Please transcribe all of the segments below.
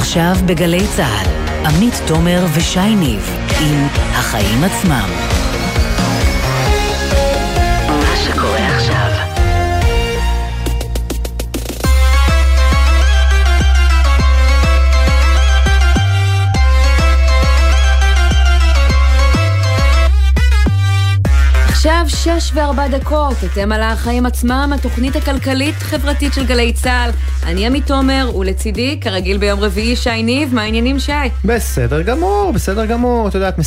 עכשיו בגלי צהל, עמית תומר ושי ניב עם החיים עצמם. מה שקורה עכשיו. עכשיו 6:04, אתם על החיים עצמם, התוכנית הכלכלית-חברתית של גלי צהל. אני עמית תומר, ולצידי, כרגיל ביום רביעי, שי ניב. מה העניינים, שי? בסדר גמור, בסדר גמור. אתה יודעת,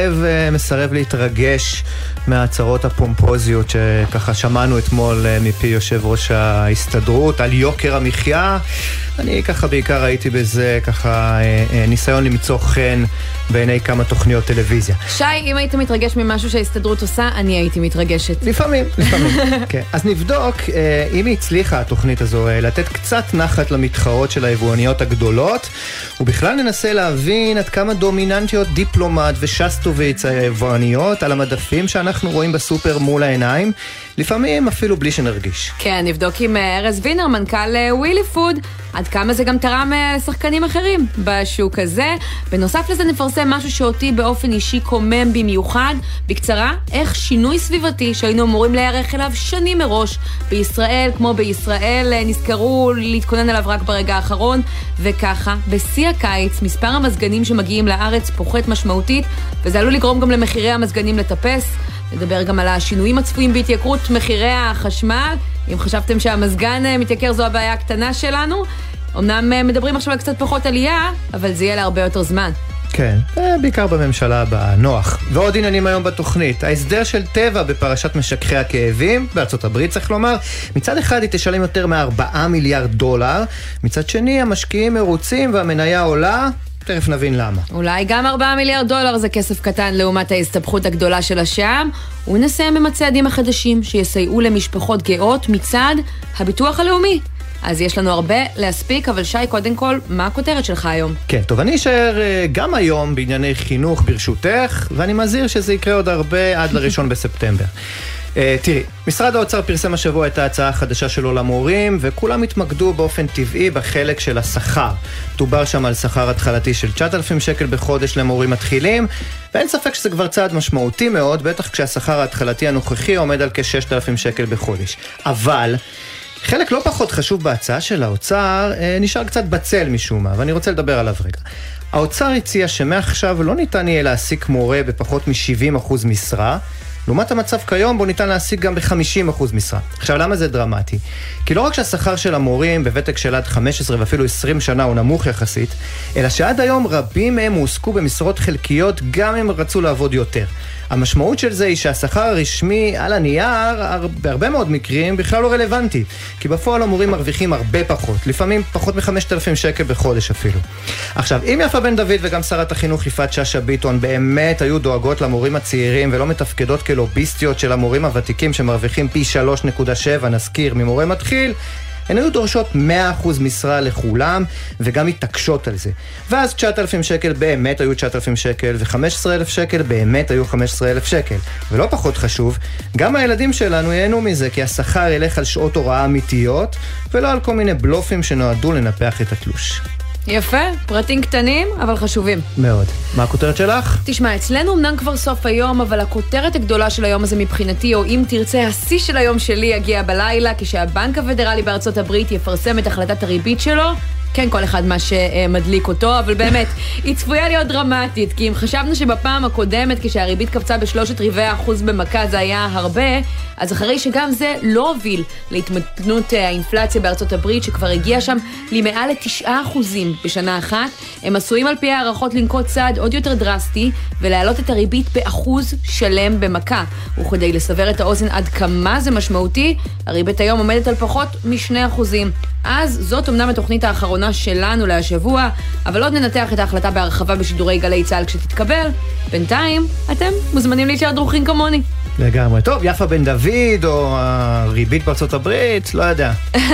מסרב להתרגש מההצהרות הפומפוזיות שככה שמענו אתמול מפי יושב ראש ההסתדרות על יוקר המחיה. אני ככה בעיקר ראיתי בזה ככה ניסיון למצוא חן בעיני כמה תוכניות טלוויזיה. שי, אם היית מתרגש ממשהו שההסתדרות עושה, אני הייתי מתרגשת. לפעמים. כן. אז נבדוק אם היא הצליחה התוכנית הזו לתת קצת נחת למתחרות של היבואניות הגדולות, ובכלל ננסה להבין עד כמה דומיננטיות דיפלומט ושסטוביץ היבואניות על המדפים שאנחנו רואים בסופר מול העיניים, לפעמים אפילו בלי שנרגיש. כן, נבדוק עם ארז וינר, מנכ"ל ווילי פוד, עד כמה זה גם תרם לשחקנים אחרים בשוק הזה. בנוסף לזה נפרסם משהו שאותי באופן אישי קומם במיוחד. בקצרה, איך שינוי סביבתי שהיינו אמורים להיערך אליו שנים מראש בישראל, כמו בישראל, נזכרו להתכונן עליו רק ברגע האחרון, וככה, בשיא הקיץ, מספר המזגנים שמגיעים לארץ פוחת משמעותית, וזה עלול לגרום גם למחירי המזגנים לטפס. נדבר גם על השינויים הצפויים בהתייקרות מחירי החשמל. אם חשבתם שהמזגן מתייקר, זו הבעיה הקטנה שלנו. אמנם מדברים עכשיו על קצת פחות עלייה, אבל זה יהיה להרבה יותר זמן. כן, בעיקר בממשלה הבאה, נוח. ועוד עניינים היום בתוכנית. ההסדר של טבע בפרשת משככי הכאבים, בארצות הברית צריך לומר, מצד אחד היא תשלם יותר מ$4 מיליארד, מצד שני המשקיעים מרוצים והמניה עולה, תכף נבין למה. אולי גם $4 מיליארד זה כסף קטן לעומת ההסתבכות הגדולה של השעם, ונסיים עם הצעדים החדשים שיסייעו למשפחות גאות מצד הביטוח הלאומי. אז יש לנו הרבה להספיק, אבל שי, קודם כל, מה הכותרת שלך היום? כן, טוב, אני אשאר גם היום בענייני חינוך ברשותך, ואני מזהיר שזה יקרה עוד הרבה עד ל1 בספטמבר. תראי, משרד האוצר פרסם השבוע את ההצעה החדשה שלו למורים, וכולם התמקדו באופן טבעי בחלק של השכר. דובר שם על שכר התחלתי של 9,000 שקל בחודש למורים מתחילים, ואין ספק שזה כבר צעד משמעותי מאוד, בטח כשהשכר ההתחלתי הנוכחי עומד על כ6,000 שקל בחודש. אבל חלק לא פחות חשוב בהצעה של האוצר נשאר קצת בצל משום מה, ואני רוצה לדבר עליו רגע. האוצר הציע שמעכשיו לא ניתן יהיה להעסיק מורה בפחות מ70% משרה, לעומת המצב כיום בו ניתן להשיג גם ב50% משרה. עכשיו, למה זה דרמטי? כי לא רק שהשכר של המורים בוותק של עד 15 ואפילו 20 שנה הוא נמוך יחסית, אלא שעד היום רבים מהם הועסקו במשרות חלקיות גם אם רצו לעבוד יותר. המשמעות של זה היא שהשכר הרשמי על הנייר, בהרבה מאוד מקרים, בכלל לא רלוונטי. כי בפועל המורים מרוויחים הרבה פחות, לפעמים פחות מ5,000 שקל בחודש אפילו. עכשיו, אם יפה בן דוד וגם שרת החינוך יפעת שאשא ביטון באמת היו דואגות למורים הצעירים ולא מתפקדות כלוביסטיות של המורים הוותיקים שמרוויחים פי 3.7, נזכיר, ממורה מתחיל, הן היו דורשות 100% משרה לכולם, וגם התעקשות על זה. ואז 9,000 שקל באמת היו 9,000 שקל, ו15,000 שקל באמת היו 15,000 שקל. ולא פחות חשוב, גם הילדים שלנו ייהנו מזה, כי השכר ילך על שעות הוראה אמיתיות, ולא על כל מיני בלופים שנועדו לנפח את התלוש. יפה, פרטים קטנים, אבל חשובים. מאוד. מה הכותרת שלך? תשמע, אצלנו אמנם כבר סוף היום, אבל הכותרת הגדולה של היום הזה מבחינתי, או אם תרצה, השיא של היום שלי יגיע בלילה, כשהבנק הפדרלי בארצות הברית יפרסם את החלטת הריבית שלו. כן, כל אחד מה שמדליק אותו, אבל באמת, היא צפויה להיות דרמטית, כי אם חשבנו שבפעם הקודמת, כשהריבית קפצה ב3.25% במכה, זה היה הרבה, אז אחרי שגם זה לא הוביל להתמתנות האינפלציה בארצות הברית, שכבר הגיע שם למעל 9% בשנה אחת, הם עשויים על פי הערכות לנקוט צעד עוד יותר דרסטי, ולהעלות את הריבית באחוז שלם במכה. וכדי לסבר את האוזן עד כמה זה משמעותי, הריבית היום עומדת על פחות מ2%. אז זאת אמנם התוכנית האחרונה שלנו להשבוע, אבל עוד ננתח את ההחלטה בהרחבה בשידורי גלי צהל כשתתקבל. בינתיים, אתם מוזמנים להישאר דרוכים כמוני. לגמרי. טוב, יפה בן דוד או הריבית בארצות הברית, לא יודע.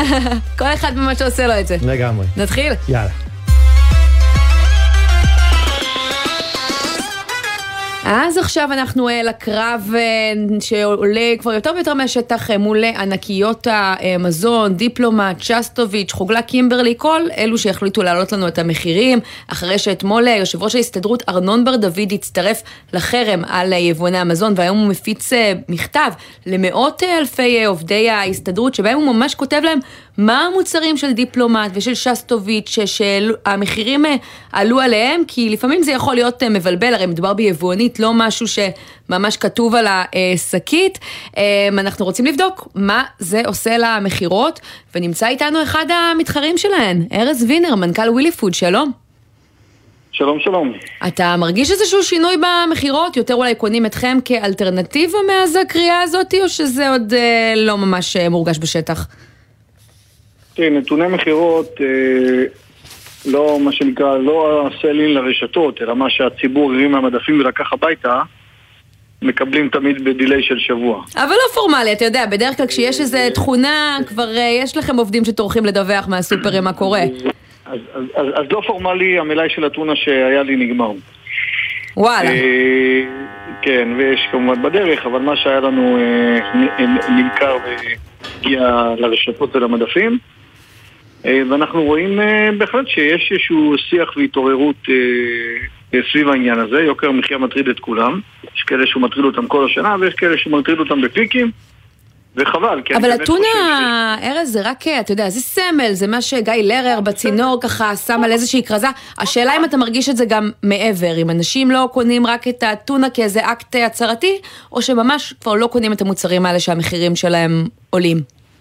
כל אחד במה שעושה לו את זה. לגמרי. נתחיל? יאללה. אז עכשיו אנחנו לקרב שעולה כבר יותר ויותר מהשטח מול ענקיות המזון, דיפלומט, שסטוביץ', חוגלה קימברלי, כל אלו שהחליטו להעלות לנו את המחירים, אחרי שאתמול יושב ראש ההסתדרות ארנון בר דוד הצטרף לחרם על יבואני המזון, והיום הוא מפיץ מכתב למאות אלפי עובדי ההסתדרות, שבהם הוא ממש כותב להם מה המוצרים של דיפלומט ושל שסטוביץ' שהמחירים עלו עליהם, כי לפעמים זה יכול להיות מבלבל, הרי מדובר ביבואנית, לא משהו שממש כתוב על השקית. אנחנו רוצים לבדוק מה זה עושה למחירות, ונמצא איתנו אחד המתחרים שלהן, ארז וינר, מנכ"ל ווילי פוד, שלום. שלום, שלום. אתה מרגיש איזשהו שינוי במחירות? יותר אולי קונים אתכם כאלטרנטיבה מאז הקריאה הזאת, או שזה עוד לא ממש מורגש בשטח? נתוני מחירות, לא מה שנקרא, לא הסלין לרשתות, אלא מה שהציבור הרים מהמדפים ולקח הביתה, מקבלים תמיד בדילי של שבוע. אבל לא פורמלי, אתה יודע, בדרך כלל כשיש איזו תכונה, כבר יש לכם עובדים שטורחים לדווח מהסופרים מה קורה. אז לא פורמלי, המלאי של הטונה שהיה לי נגמר. וואלה. כן, ויש כמובן בדרך, אבל מה שהיה לנו נמכר והגיע לרשתות ולמדפים. ואנחנו רואים בהחלט שיש איזשהו שיח והתעוררות סביב העניין הזה. יוקר המחיה מטריד את כולם. יש כאלה שהוא מטריד אותם כל השנה, ויש כאלה שהוא מטריד אותם בפיקים. וחבל. אבל הטונה, ארז, זה רק, אתה יודע, זה סמל, זה מה שגיא לרר בצינור ככה שם על איזושהי קרזה. השאלה אם אתה מרגיש את זה גם מעבר, אם אנשים לא קונים רק את הטונה כאיזה אקט הצהרתי, או שממש כבר לא קונים את המוצרים האלה שהמחירים שלהם עולים.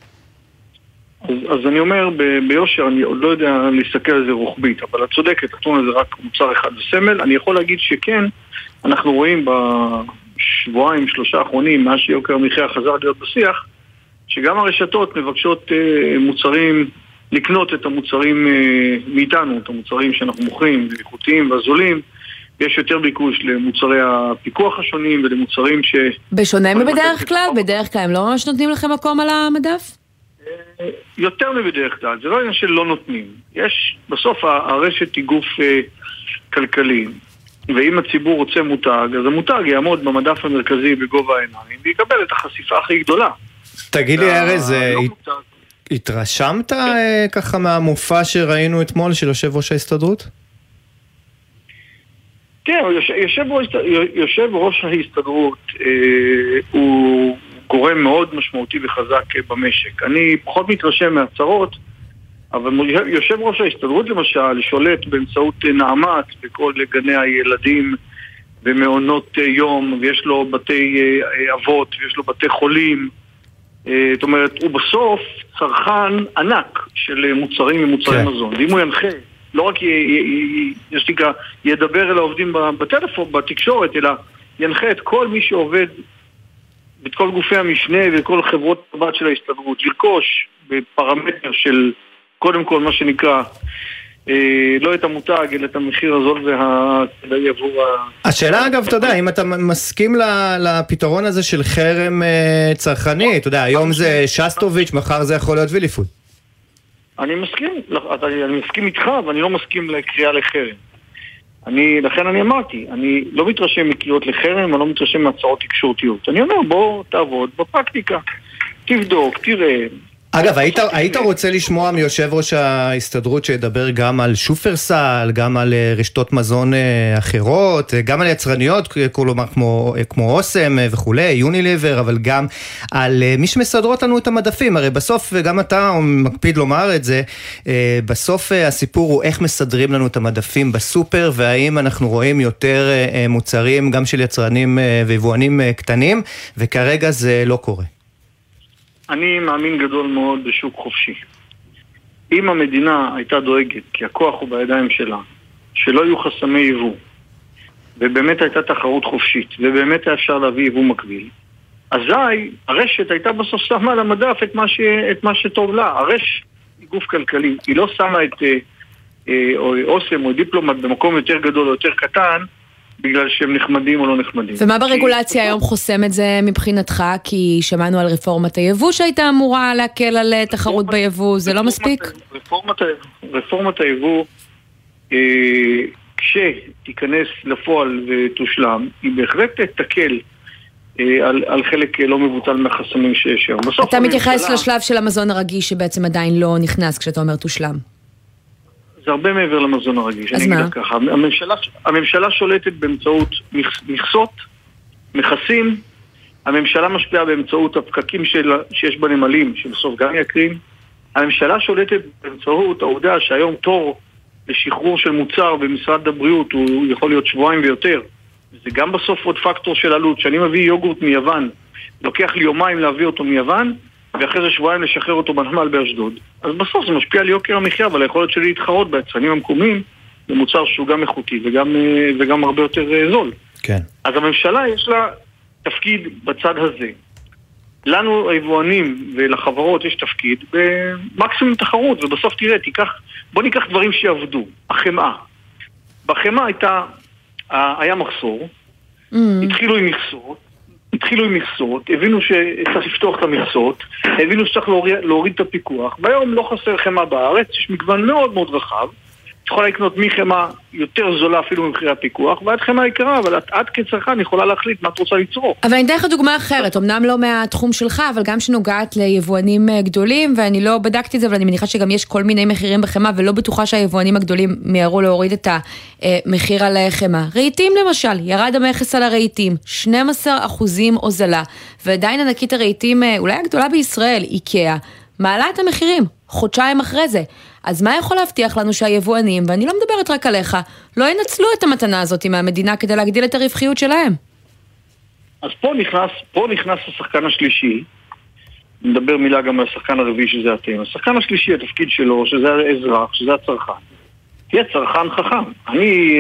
אז אני אומר ביושר, אני עוד לא יודע להסתכל על זה רוחבית, אבל את צודקת, הטונה זה רק מוצר אחד וסמל. אני יכול להגיד שכן, אנחנו רואים בשבועיים, שלושה האחרונים, מאז שיוקר המחיה חזר להיות בשיח, שגם הרשתות מבקשות מוצרים, לקנות את המוצרים מאיתנו, את המוצרים שאנחנו מוכרים, איכותיים והזולים. יש יותר ביקוש למוצרי הפיקוח השונים ולמוצרים ש... בשונה מבדרך כלל? בדרך כלל הם לא ממש נותנים לכם מקום על המדף? יותר מבדרך כלל, זה לא עניין של לא נותנים. יש, בסוף הרשת היא גוף כלכלי, ואם הציבור רוצה מותג, אז המותג יעמוד במדף המרכזי בגובה העיניים, ויקבל את החשיפה הכי גדולה. תגיד לי, ארז, התרשמת ככה מהמופע שראינו אתמול של יושב ראש ההסתדרות? כן, יושב ראש ההסתדרות הוא גורם מאוד משמעותי וחזק במשק. אני פחות מתרשם מהצהרות, אבל יושב ראש ההסתדרות למשל שולט באמצעות נעמת בכל גני הילדים ומעונות יום, ויש לו בתי אבות ויש לו בתי חולים. זאת אומרת, הוא בסוף צרכן ענק של מוצרים ומוצרי מזון. ואם הוא ינחה, לא רק ידבר אל העובדים בטלפון, בתקשורת, אלא ינחה את כל מי שעובד את כל גופי המשנה וכל חברות הבת של ההסתדרות, לרכוש בפרמטר של קודם כל מה שנקרא לא את המותג, אלא את המחיר הזול והכדאי עבור השאלה אגב, אתה יודע, אם אתה מסכים לפתרון הזה של חרם צרכני, אתה יודע, היום זה שסטוביץ', מחר זה יכול להיות ווילי פוד. אני מסכים איתך, ואני לא מסכים לקריאה לחרם. לכן אני אמרתי, אני לא מתרשם מקריאות לחרם, אני לא מתרשם מהצעות תקשורתיות. אני אומר, בוא תעבוד בפרקטיקה, תבדוק, תראה. אגב, היית רוצה לשמוע מיושב ראש ההסתדרות שידבר גם על שופרסל, גם על רשתות מזון אחרות, גם על יצרניות, כלומר כמו אוסם וכולי, יוניליבר, אבל גם על מי שמסדרות לנו את המדפים. הרי בסוף, וגם אתה מקפיד לומר את זה, בסוף הסיפור הוא איך מסדרים לנו את המדפים בסופר, והאם אנחנו רואים יותר מוצרים גם של יצרנים ויבואנים קטנים, וכרגע זה לא קורה. אני מאמין גדול מאוד בשוק חופשי. אם המדינה הייתה דואגת, כי הכוח הוא בידיים שלה, שלא יהיו חסמי יבוא, ובאמת הייתה תחרות חופשית, ובאמת היה אפשר להביא יבוא מקביל, אזי הרשת הייתה בסוף שמה על המדף את מה שטוב לה. הרשת היא גוף כלכלי, היא לא שמה את אוסם או דיפלומט במקום יותר גדול או יותר קטן, בגלל שהם נחמדים או לא נחמדים. ומה ברגולציה היום חוסם את זה מבחינתך? כי שמענו על רפורמת היבוא שהייתה אמורה להקל על תחרות ביבוא, זה לא מספיק? רפורמת היבוא, שתיכנס לפועל ותושלם, היא בהחלט תקל על חלק לא מבוטל מהחסמים שיש. אתה מתייחס לשלב של המזון הרגיש שבעצם עדיין לא נכנס כשאתה אומר תושלם. זה הרבה מעבר למזון הרגיש. אז מה? ככה, הממשלה שולטת באמצעות מכסות, מכסים, הממשלה משפיעה באמצעות הפקקים שיש בנמלים, שבסוף גם יקרים. הממשלה שולטת באמצעות העובדה שהיום תור לשחרור של מוצר במשרד הבריאות הוא יכול להיות שבועיים ויותר. זה גם בסוף עוד פקטור של עלות. שאני מביא יוגורט מיוון, לוקח לי יומיים להביא אותו מיוון, ואחרי זה שבועיים לשחרר אותו בנמל באשדוד. אז בסוף זה משפיע על יוקר המחיה, אבל היכולת שלי להתחרות ביצרנים המקומיים במוצר שהוא גם איכותי וגם הרבה יותר זול. כן. אז הממשלה יש לה תפקיד בצד הזה. לנו היבואנים ולחברות יש תפקיד במקסימום תחרות, ובסוף תראה, בוא ניקח דברים שיעבדו. החמאה. בחמאה היה מחסור, התחילו עם מכסות, הבינו שצריך לפתוח את המכסות, הבינו שצריך להוריד את הפיקוח, והיום לא חסר חמאה בארץ, יש מגוון מאוד מאוד רחב, יכולה לקנות מחמאה יותר זולה אפילו ממחירי הפיקוח, ועד חמאה יקרה, אבל את כצרכן יכולה להחליט מה את רוצה לצרוך. אבל אני אתן לך דוגמה אחרת, אמנם לא מהתחום שלך, אבל גם שנוגעת ליבואנים גדולים, ואני לא בדקתי את זה, אבל אני מניחה שגם יש כל מיני מחירים בחמאה, ולא בטוחה שהיבואנים הגדולים מיהרו להוריד את המחיר על חמאה. רהיטים למשל, ירד המכס על הרהיטים, 12% הוזלה, ועדיין ענקית הרהיטים, אולי הגדולה בישראל, איקאה, מעלה את המחירים, חודשיים אחרי זה. אז מה יכול להבטיח לנו שהיבואנים, ואני לא מדברת רק עליך, לא ינצלו את המתנה הזאת מהמדינה כדי להגדיל את הרווחיות שלהם? אז פה נכנס השחקן השלישי, נדבר מילה גם על השחקן הרביעי שזה אתם. השחקן השלישי, התפקיד שלו, שזה האזרח, שזה הצרכן. תהיה צרכן חכם. אני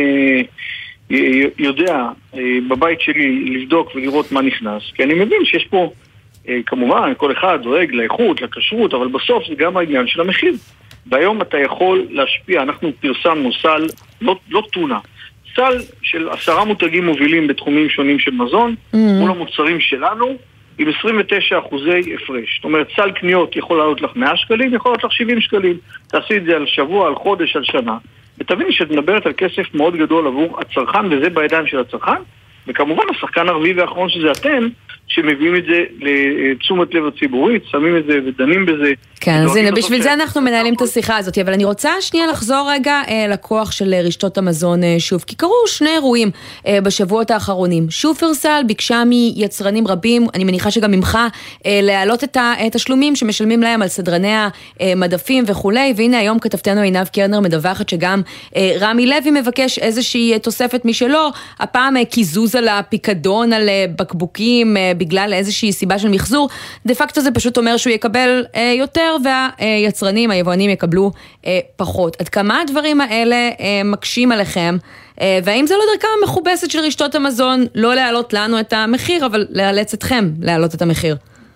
יודע בבית שלי לבדוק ולראות מה נכנס, כי אני מבין שיש פה, כמובן, כל אחד דואג לאיכות, לכשרות, אבל בסוף זה גם העניין של המחיר. והיום אתה יכול להשפיע, אנחנו פרסמנו סל, לא טונה, סל של 10 מותגים מובילים בתחומים שונים של מזון, מול המוצרים שלנו, עם 29% הפרש. זאת אומרת, סל קניות יכול לעלות לך 100 שקלים, יכול לעלות לך 70 שקלים. תעשי את זה על שבוע, על חודש, על שנה. ותביני שאת מדברת על כסף מאוד גדול עבור הצרכן, וזה בידיים של הצרכן. וכמובן, השחקן הרביעי והאחרון שזה אתם, שמביאים את זה לתשומת לב הציבורית, שמים את זה ודנים בזה. כן, אז הנה, בשביל זה אנחנו מנהלים את השיחה הזאת, אבל אני רוצה שנייה לחזור רגע לכוח של רשתות המזון שוב, כי קרו שני אירועים בשבועות האחרונים. שופרסל ביקשה מיצרנים רבים, אני מניחה שגם ממך, להעלות את התשלומים שמשלמים להם על סדרני המדפים וכולי, והנה היום כתבתנו עינב קרנר מדווחת שגם רמי לוי מבקש איזושהי תוספת משלו, הפעם קיזוז על הפיקדון על בקבוקים בגלל איזושהי סיבה של מחזור, דה פקטו זה פשוט אומר שהוא יקבל יותר והיצרנים, היבואנים יקבלו פחות. עד כמה הדברים האלה מקשים עליכם, והאם זה לא דרכם המכובסת של רשתות המזון לא להעלות לנו את המחיר, אבל להאלץ אתכם להעלות את המחיר?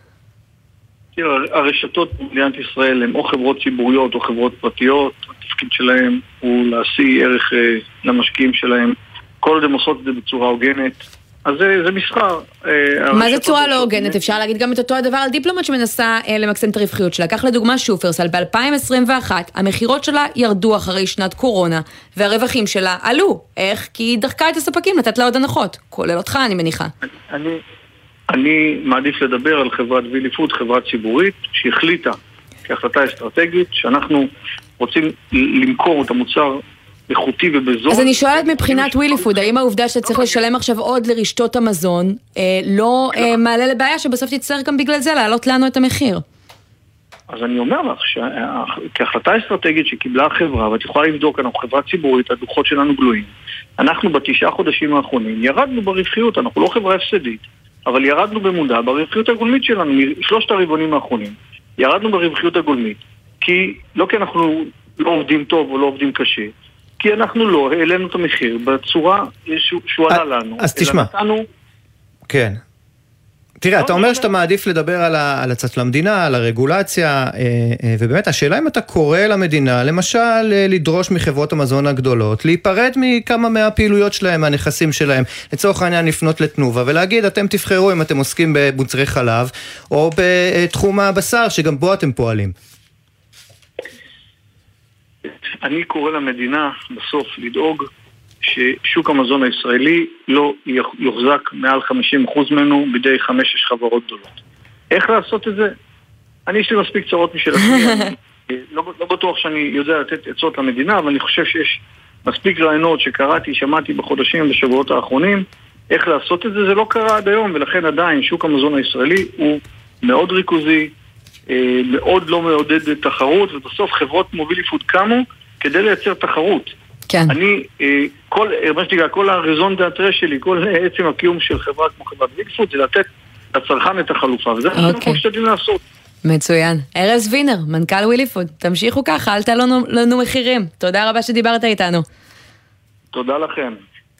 הרשתות במדינת ישראל הן או חברות ציבוריות או חברות פרטיות, התפקיד שלהם הוא להשיא ערך למשקיעים שלהם, כל עוד הם עושות את זה בצורה הוגנת, אז זה מסחר. מה זה צורה לא הוגנת? אפשר להגיד גם את אותו הדבר על דיפלומט שמנסה למקסם את הרווחיות שלה. כך לדוגמה שופרסל, ב-2021 המחירות שלה ירדו אחרי שנת קורונה, והרווחים שלה עלו. איך? כי היא דחקה את הספקים לתת לה עוד הנחות, כולל אותך אני מניחה. אני מעדיף לדבר על חברת וילי פוד, חברה ציבורית, שהחליטה כהחלטה אסטרטגית, שאנחנו רוצים למכור את המוצר איכותי ובזול. אז אני שואלת מבחינת וילי פוד, האם העובדה שאתה צריך לשלם עכשיו עוד לרשתות המזון, לא מעלה לבעיה שבסוף תצטרך גם בגלל זה להעלות לנו את המחיר? אז אני אומר לך, כהחלטה אסטרטגית שקיבלה החברה, ואת יכולה לבדוק, אנחנו חברה ציבורית, הדוחות שלנו גלויים. אנחנו ב9 חודשים האחרונים ירדנו ברווחיות, אנחנו לא חברה הפסדית, אבל ירדנו במודע ברווחיות הגולמית שלנו, משלושת הרבעונים האחרנים. ירדנו ברווחיות הגולמית, לא כי אנחנו לא עובדים טוב או לא עובדים קשה, כי אנחנו לא העלינו את המחיר בצורה שהוא עלה לנו. אז תשמע. כן. תראה, אתה אומר שאתה מעדיף לדבר על הצד למדינה, על הרגולציה, ובאמת השאלה אם אתה קורא למדינה, למשל לדרוש מחברות המזון הגדולות, להיפרד מכמה מהפעילויות שלהם, מהנכסים שלהם, לצורך העניין לפנות לתנובה, ולהגיד, אתם תבחרו אם אתם עוסקים במוצרי חלב, או בתחום הבשר, שגם בו אתם פועלים. אני קורא למדינה בסוף לדאוג ששוק המזון הישראלי לא יוחזק מעל 50% ממנו בידי 5-6 חברות גדולות. איך לעשות את זה? אני יש לי מספיק צרות משל עצמי, לא בטוח שאני יודע לתת עצות למדינה, אבל אני חושב שיש מספיק רעיונות שקראתי, שמעתי בחודשים ובשבועות האחרונים, איך לעשות את זה. זה לא קרה עד היום, ולכן עדיין שוק המזון הישראלי הוא מאוד ריכוזי, מאוד לא מעודד תחרות, ובסוף חברות מובילי פוד קמו כדי לייצר תחרות. כן. אני, כל הרזון דאטרה שלי, כל עצם הקיום של חברה כמו חברת מובילי פוד, זה לתת לצרכן את החלופה, וזה אנחנו משתדלים לעשות. מצוין. ארז וינר, מנכ"ל ווילי פוד, תמשיכו ככה, אל תעלו לנו מחירים. תודה רבה שדיברת איתנו. תודה לכם.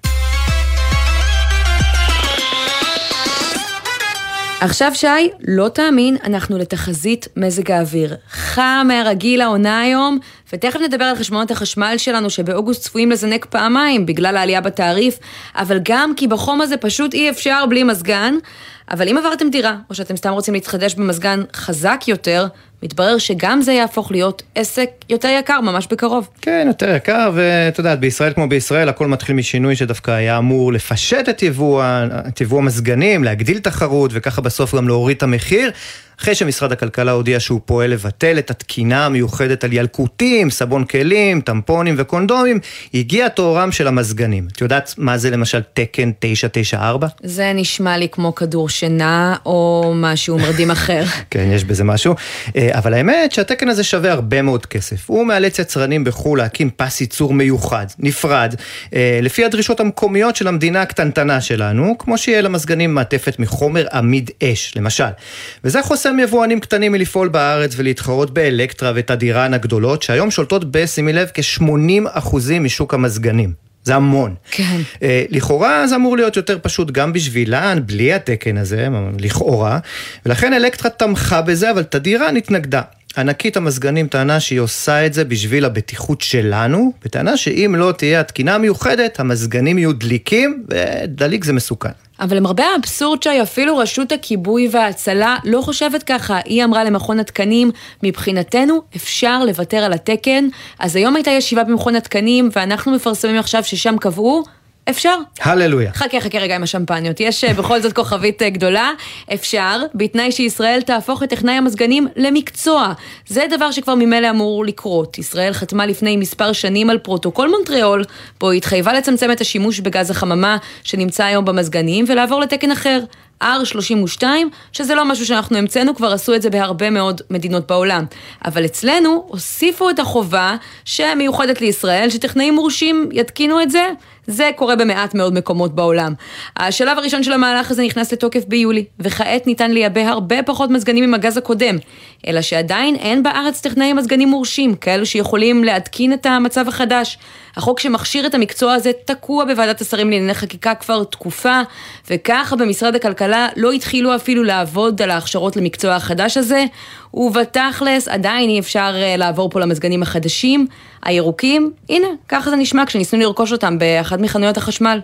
עכשיו שי, לא תאמין, אנחנו לתחזית מזג האוויר. חם מהרגיל העונה היום, ותכף נדבר על חשבונות החשמל שלנו שבאוגוסט צפויים לזנק פעמיים בגלל העלייה בתעריף, אבל גם כי בחום הזה פשוט אי אפשר בלי מזגן. אבל אם עברתם דירה, או שאתם סתם רוצים להתחדש במזגן חזק יותר, מתברר שגם זה יהפוך להיות עסק יותר יקר ממש בקרוב. כן, יותר יקר, ואת יודעת, בישראל כמו בישראל, הכל מתחיל משינוי שדווקא היה אמור לפשט את יבוא המזגנים, להגדיל תחרות, וככה בסוף גם להוריד את המחיר. אחרי שמשרד הכלכלה הודיע שהוא פועל לבטל את התקינה המיוחדת על ילקוטים, סבון כלים, טמפונים וקונדומים, הגיע תורם של המזגנים. את יודעת מה זה למשל תקן 994? זה נשמע לי כמו כדור שינה או משהו מרדים אחר. כן, יש בזה משהו. אבל האמת שהתקן הזה שווה הרבה מאוד כסף. הוא מאלץ יצרנים בחו"ל להקים פס ייצור מיוחד, נפרד, לפי הדרישות המקומיות של המדינה הקטנטנה שלנו, כמו שיהיה למזגנים מעטפת מחומר עמיד אש, למשל. וזה חוסם יבואנים קטנים מלפעול בארץ ולהתחרות באלקטרה ותדירן הגדולות, שהיום שולטות בשימי לב כ-80% משוק המזגנים. זה המון. כן. לכאורה זה אמור להיות יותר פשוט גם בשבילן, בלי התקן הזה, לכאורה, ולכן אלקטרה תמכה בזה, אבל תדירן התנגדה. ענקית המזגנים טענה שהיא עושה את זה בשביל הבטיחות שלנו, וטענה שאם לא תהיה התקינה המיוחדת, המזגנים יהיו דליקים, ודליק זה מסוכן. אבל למרבה האבסורד שאפילו רשות הכיבוי וההצלה לא חושבת ככה. היא אמרה למכון התקנים, מבחינתנו אפשר לוותר על התקן. אז היום הייתה ישיבה במכון התקנים, ואנחנו מפרסמים עכשיו ששם קבעו, אפשר. הללויה. חכה רגע עם השמפניות. יש בכל זאת כוכבית גדולה. אפשר, בתנאי שישראל תהפוך את טכנאי המזגנים למקצוע. זה דבר שכבר ממילא אמור לקרות. ישראל חתמה לפני מספר שנים על פרוטוקול מונטריאול, בו היא התחייבה לצמצם את השימוש בגז החממה שנמצא היום במזגנים, ולעבור לתקן אחר. R32, שזה לא משהו שאנחנו המצאנו, כבר עשו את זה בהרבה מאוד מדינות בעולם. אבל אצלנו הוסיפו את החובה שמיוחדת לישראל, שטכנאים מורשים יתקינו את זה. זה קורה במעט מאוד מקומות בעולם. השלב הראשון של המהלך הזה נכנס לתוקף ביולי, וכעת ניתן לייבא הרבה פחות מזגנים עם הגז הקודם, אלא שעדיין אין בארץ טכנאים מזגנים מורשים, כאלו שיכולים להתקין את המצב החדש. החוק שמכשיר את המקצוע הזה תקוע בוועדת השרים לענייני חקיקה כבר תקופה, וככה במשרד הכלכלה לא התחילו אפילו לעבוד על ההכשרות למקצוע החדש הזה, ובתכלס עדיין אי אפשר לעבור פה למזגנים החדשים, הירוקים. הנה, ככה זה נשמע כשניסינו לרכוש אותם באחד מחנויות החשמל.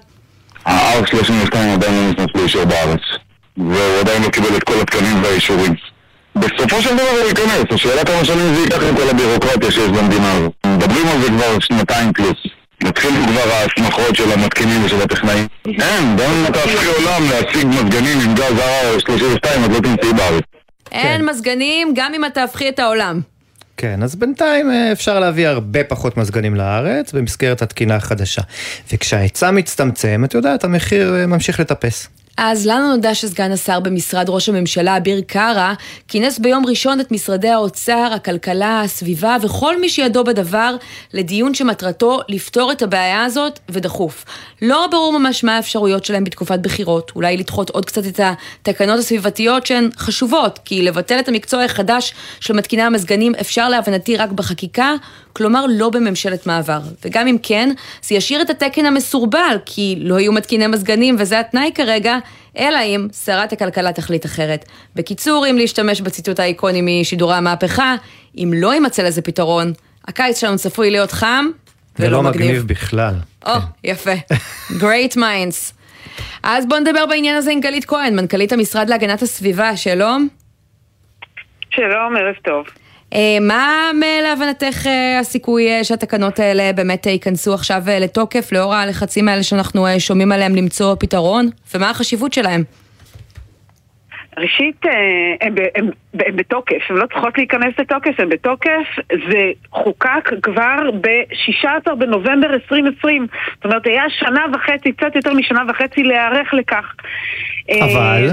ה-R32 עדיין לא נכנס לאישור בארץ, והוא עדיין לא קיבל את כל התקנים והאישורים. בסופו של דבר הוא ייכנס, השאלה כמה שנים זה ייקח עם כל הבירוקרטיה שיש במדינה הזו. מדברים על זה כבר 2 פלוס. נתחיל כבר ההסמכות של המתקינים ושל הטכנאים. אין, גם אם אתה עשי עולם להשיג מזגנים עם גז R32, אז לא תמצאי בארץ. אין מזגנים, גם אם אתה הפכי את העולם. כן, אז בינתיים אפשר להביא הרבה פחות מזגנים לארץ במסגרת התקינה החדשה. וכשההיצע מצטמצם, את יודעת, המחיר ממשיך לטפס. אז לנו נודע שסגן השר במשרד ראש הממשלה, אביר קארה, כינס ביום ראשון את משרדי האוצר, הכלכלה, הסביבה וכל מי שידו בדבר לדיון שמטרתו לפתור את הבעיה הזאת ודחוף. לא ברור ממש מה האפשרויות שלהם בתקופת בחירות, אולי לדחות עוד קצת את התקנות הסביבתיות שהן חשובות, כי לבטל את המקצוע החדש של מתקיני המזגנים אפשר להבנתי רק בחקיקה, כלומר לא בממשלת מעבר. וגם אם כן, זה ישאיר את התקן המסורבל, כי לא יהיו מתקיני מזגנים וזה התנאי כרגע, אלא אם שרת הכלכלה תחליט אחרת. בקיצור, אם להשתמש בציטוט האיקוני משידורי המהפכה, אם לא יימצא לזה פתרון, הקיץ שלנו צפוי להיות חם ולא מגניב בכלל. יפה. Great minds. אז בוא נדבר בעניין הזה עם גלית כהן, מנכ"לית המשרד להגנת הסביבה. שלום. שלום, ערב טוב. מה להבנתך הסיכוי שהתקנות האלה באמת ייכנסו עכשיו לתוקף, לאור הלחצים האלה שאנחנו שומעים עליהם למצוא פתרון, ומה החשיבות שלהם? ראשית, הם בתוקף, הם לא צריכות להיכנס לתוקף, הם בתוקף, זה חוקק כבר ב-16 בנובמבר 2020, זאת אומרת, היה שנה וחצי, קצת יותר משנה וחצי להיערך לכך. אבל...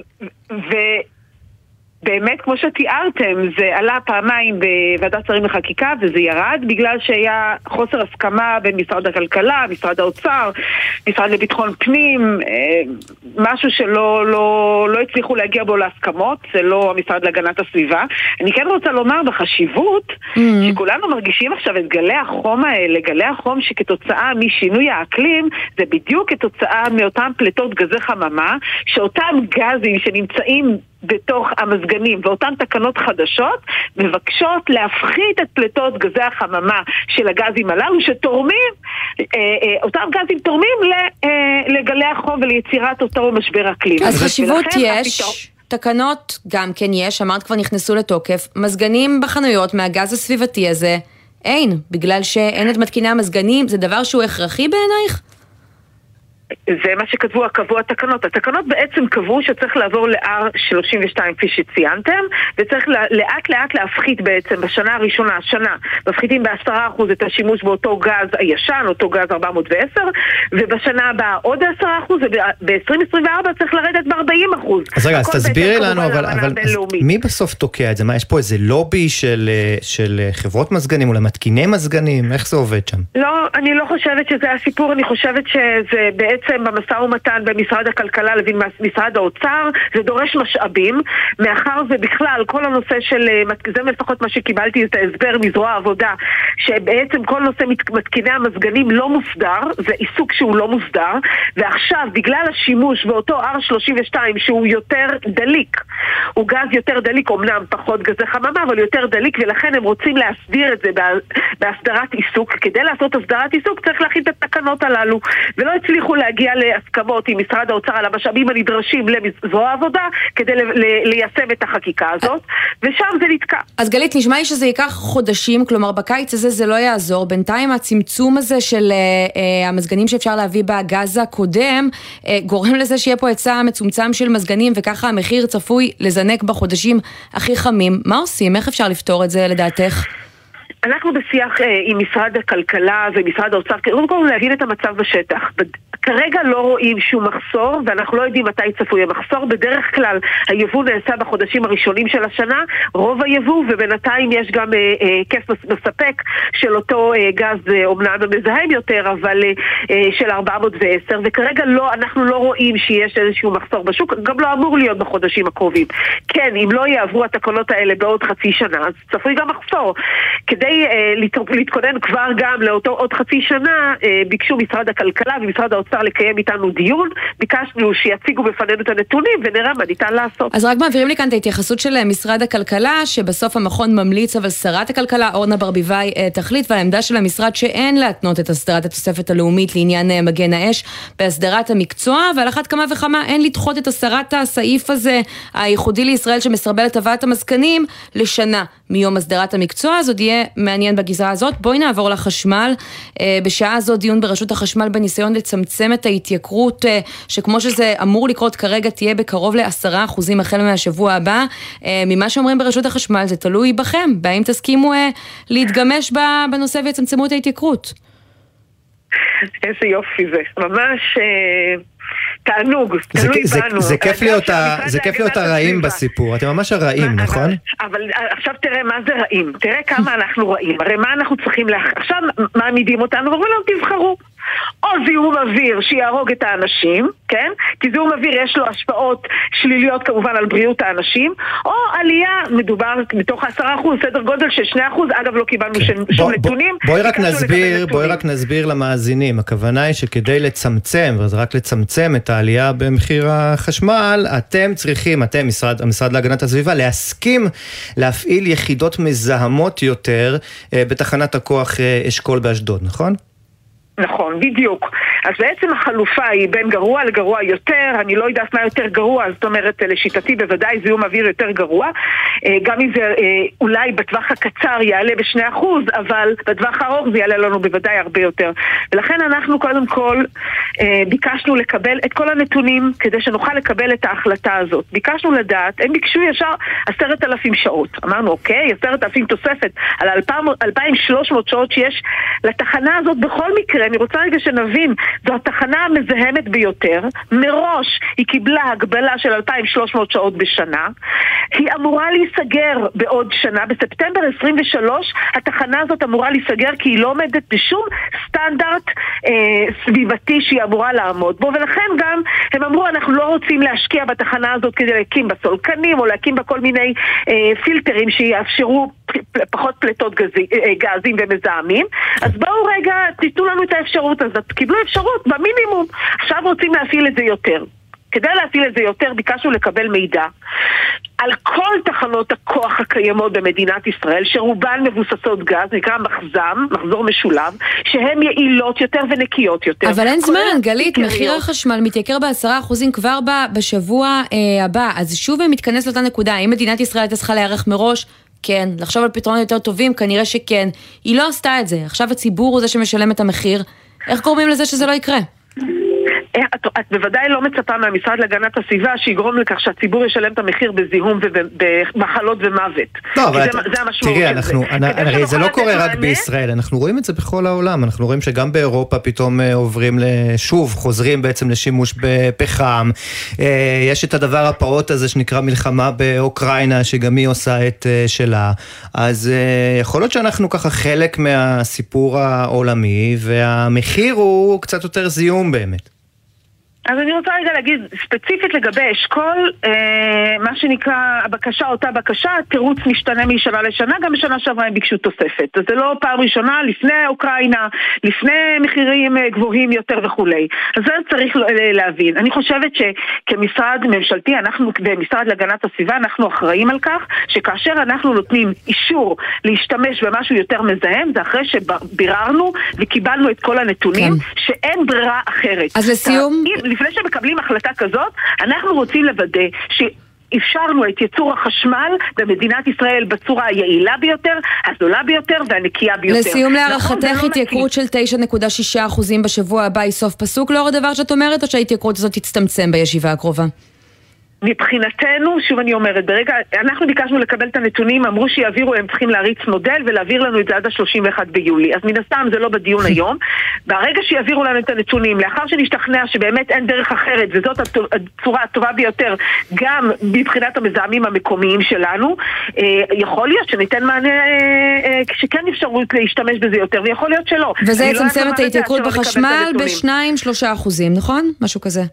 באמת, כמו שתיארתם, זה עלה פעמיים בוועדת שרים לחקיקה, וזה ירד בגלל שהיה חוסר הסכמה בין משרד הכלכלה, משרד האוצר, משרד לביטחון פנים, משהו שלא הצליחו להגיע בו להסכמות, זה לא המשרד להגנת הסביבה. אני כן רוצה לומר בחשיבות, שכולנו מרגישים עכשיו את גלי החום האלה, גלי החום שכתוצאה משינוי האקלים, זה בדיוק כתוצאה מאותם פליטות גזי חממה, שאותם גזים שנמצאים בתוך המזגנים ואותן תקנות חדשות מבקשות להפחית את פליטות גזי החממה של הגזים הללו שתורמים, אותם גזים תורמים לגלי החום וליצירת אותו משבר אקלים. אז חשיבות יש, תקנות גם כן יש, אמרת כבר נכנסו לתוקף, מזגנים בחנויות מהגז הסביבתי הזה אין, בגלל שאין את מתקיני המזגנים, זה דבר שהוא הכרחי בעינייך? זה מה שכתבו, קבעו התקנות. התקנות בעצם קבעו שצריך לעבור ל-R32 כפי שציינתם, וצריך לאט לאט להפחית בעצם בשנה הראשונה, השנה, מפחיתים ב10% את השימוש באותו גז הישן, אותו גז 410, ובשנה הבאה עוד 10%, וב-2024 צריך לרדת ב-40%. אז רגע, אז תסבירי לנו, אבל מי בסוף תוקע את זה? מה, יש פה איזה לובי של חברות מזגנים או למתקיני מזגנים? איך זה עובד שם? לא, אני לא חושבת שזה הסיפור, אני חושבת שזה בעצם במשא ומתן במשרד הכלכלה לבין משרד האוצר, זה דורש משאבים, מאחר ובכלל כל הנושא של, זה לפחות מה שקיבלתי את ההסבר מזרוע העבודה, שבעצם כל נושא מתקיני המזגנים לא מוסדר, זה עיסוק שהוא לא מוסדר, ועכשיו בגלל השימוש באותו R32 שהוא יותר דליק, הוא גז יותר דליק, אמנם פחות גזי חממה, אבל יותר דליק, ולכן הם רוצים להסדיר את זה בהסדרת עיסוק. כדי לעשות הסדרת עיסוק צריך להכין את התקנות הללו, ולא הצליחו להגיע להסכמות עם משרד האוצר על המשאבים הנדרשים לזרוע העבודה כדי ליישם את החקיקה הזאת, ושם זה נתקע. אז גלית, נשמע לי שזה ייקח חודשים, כלומר בקיץ הזה זה לא יעזור, בינתיים הצמצום הזה של המזגנים שאפשר להביא בגז הקודם, גורם לזה שיהיה פה היצע מצומצם של מזגנים, וככה המחיר צפוי לזנק בחודשים הכי חמים. מה עושים? איך אפשר לפתור את זה לדעתך? אנחנו בשיח עם משרד הכלכלה ומשרד האוצר, קודם כל להבין את המצב בשטח. כרגע לא רואים שום מחסור, ואנחנו לא יודעים מתי צפוי המחסור. בדרך כלל היבוא נעשה בחודשים הראשונים של השנה, רוב היבוא, ובינתיים יש גם כיף מספק של אותו גז אומנם מזהם יותר, אבל של 410, וכרגע אנחנו לא רואים שיש איזשהו מחסור בשוק, גם לא אמור להיות בחודשים הקרובים. כן, אם לא יעברו התקנות האלה בעוד חצי שנה, אז צפוי גם מחסור. כדי להתכונן כבר גם לאותו עוד חצי שנה, ביקשו משרד הכלכלה ומשרד האוצר לקיים איתנו דיון, ביקשנו שיציגו בפנינו את הנתונים ונראה מה ניתן לעשות. אז רק מעבירים לי כאן את ההתייחסות של משרד הכלכלה, שבסוף המכון ממליץ, אבל שרת הכלכלה אורנה ברביבאי תחליט, והעמדה של המשרד שאין להתנות את הסדרת התוספת הלאומית לעניין מגן האש בהסדרת המקצוע, ועל אחת כמה וכמה אין לדחות את הסדרת הסעיף הזה הייחודי לישראל שמסרבל את הבאת המזגנים לשנה מיום הסדרת המקצוע. אז עוד יהיה מעניין בגזרה הזאת. בואי נעבור לחשמל. בשעה הזאת דיון ברשות החשמל בניסיון לצמצם את ההתייקרות, שכמו שזה אמור לקרות כרגע תהיה בקרוב ל10% החל מהשבוע הבא. ממה שאומרים ברשות החשמל זה תלוי בכם, בהאם תסכימו להתגמש בנושא ויצמצמו את ההתייקרות. איזה יופי זה, ממש תענוג, תלוי בנו. זה כיף להיות הרעים בסיפור, אתם ממש הרעים, נכון? אבל עכשיו תראה מה זה רעים, תראה כמה אנחנו רעים, הרי מה אנחנו צריכים עכשיו מעמידים אותנו, ואומרים לנו תבחרו, או זיהום אוויר שיהרוג את האנשים, כן? כי זיהום אוויר יש לו השפעות שליליות כמובן על בריאות האנשים, או עלייה, מדובר מתוך 10%, סדר גודל של 2%, אגב לא קיבלנו שום נתונים. בואי רק נסביר למאזינים, הכוונה היא שכדי לצמצם, וזה רק לצמצם את העלייה במחיר החשמל, אתם צריכים, המשרד להגנת הסביבה, להסכים להפעיל יחידות מזהמות יותר בתחנת הכוח אשכול באשדוד, נכון? נכון, בדיוק. אז בעצם החלופה היא בין גרוע לגרוע יותר, אני לא יודעת מה יותר גרוע, זאת אומרת לשיטתי בוודאי זיהום אוויר יותר גרוע, גם אם זה אולי בטווח הקצר יעלה ב2%, אבל בטווח הארוך זה יעלה לנו בוודאי הרבה יותר. ולכן אנחנו קודם כל ביקשנו לקבל את כל הנתונים כדי שנוכל לקבל את ההחלטה הזאת. ביקשנו לדעת, הם ביקשו ישר 10,000 שעות. אמרנו אוקיי, 10,000 תוספת על 2,300 שעות שיש לתחנה הזאת בכל מקרה. אני רוצה רגע שנבין, זו התחנה המזהמת ביותר, מראש היא קיבלה הגבלה של 2,300 שעות בשנה, היא אמורה להיסגר בעוד שנה, בספטמבר 23 התחנה הזאת אמורה להיסגר כי היא לא עומדת בשום סטנדרט סביבתי שהיא אמורה לעמוד בו, ולכן גם הם אמרו אנחנו לא רוצים להשקיע בתחנה הזאת כדי להקים בסולקנים או להקים בכל מיני פילטרים שיאפשרו פחות פלטות גזים ומזהמים. אז בואו רגע תיתנו לנו את האפשרות הזאת, קיבלו אפשרות במינימום, עכשיו רוצים להפעיל את זה יותר. כדי להפעיל את זה יותר ביקשנו לקבל מידע על כל תחנות הכוח הקיימות במדינת ישראל, שרובן מבוססות גז, נקרא מחזור משולב, שהן יעילות יותר ונקיות יותר. אבל אין זמן, גלית, מחיר החשמל מתייקר ב10% כבר בשבוע הבא, אז שוב מתכנס לאותה נקודה, האם מדינת ישראל צריכה להיערך מראש? כן, לחשוב על פתרונות יותר טובים, כנראה שכן. היא לא עשתה את זה, עכשיו הציבור הוא זה שמשלם את המחיר. איך גורמים לזה שזה לא יקרה? את בוודאי לא מצפה מהמשרד להגנת הסביבה שיגרום לכך שהציבור ישלם את המחיר בזיהום ובמחלות ומוות. לא, אבל תראי, הרי זה לא קורה רק בישראל, אנחנו רואים את זה בכל העולם, אנחנו רואים שגם באירופה פתאום עוברים שוב, חוזרים בעצם לשימוש בפחם, יש את הדבר הפעוט הזה שנקרא מלחמה באוקראינה, שגם היא עושה את שלה, אז יכול להיות שאנחנו ככה חלק מהסיפור העולמי, והמחיר הוא קצת יותר זיהום באמת. אז אני רוצה רגע להגיד ספציפית לגבי אשכול, מה שנקרא הבקשה, אותה בקשה, תירוץ משתנה משנה לשנה, גם בשנה שעברה הם ביקשו תוספת. אז זה לא פעם ראשונה, לפני אוקראינה, לפני מחירים גבוהים יותר וכולי. אז זה צריך להבין. אני חושבת שכמשרד ממשלתי, אנחנו במשרד להגנת הסביבה, אנחנו אחראים על כך, שכאשר אנחנו נותנים אישור להשתמש במשהו יותר מזהם, זה אחרי שביררנו וקיבלנו את כל הנתונים, שאין ברירה אחרת. אז לסיום... לפני שמקבלים החלטה כזאת, אנחנו רוצים לוודא שאפשרנו את ייצור החשמל במדינת ישראל בצורה היעילה ביותר, הזולה ביותר והנקייה ביותר. לסיום להערכתך התייקרות של 9.6% בשבוע הבא היא סוף פסוק לאור הדבר שאת אומרת, או שההתייקרות הזאת תצטמצם בישיבה הקרובה? מבחינתנו, שוב אני אומרת, ברגע, אנחנו ביקשנו לקבל את הנתונים, אמרו שיעבירו, הם צריכים להריץ מודל ולהעביר לנו את זה עד ה-31 ביולי. אז מן הסתם זה לא בדיון היום. ברגע שיעבירו לנו את הנתונים, לאחר שנשתכנע שבאמת אין דרך אחרת, וזאת הצורה הטובה ביותר, גם מבחינת המזהמים המקומיים שלנו, יכול להיות שניתן מענה, שכן אפשרות להשתמש בזה יותר, ויכול להיות שלא. וזה יצמצם את ההתייקרות בחשמל ב2-3%, נכון? משהו כזה.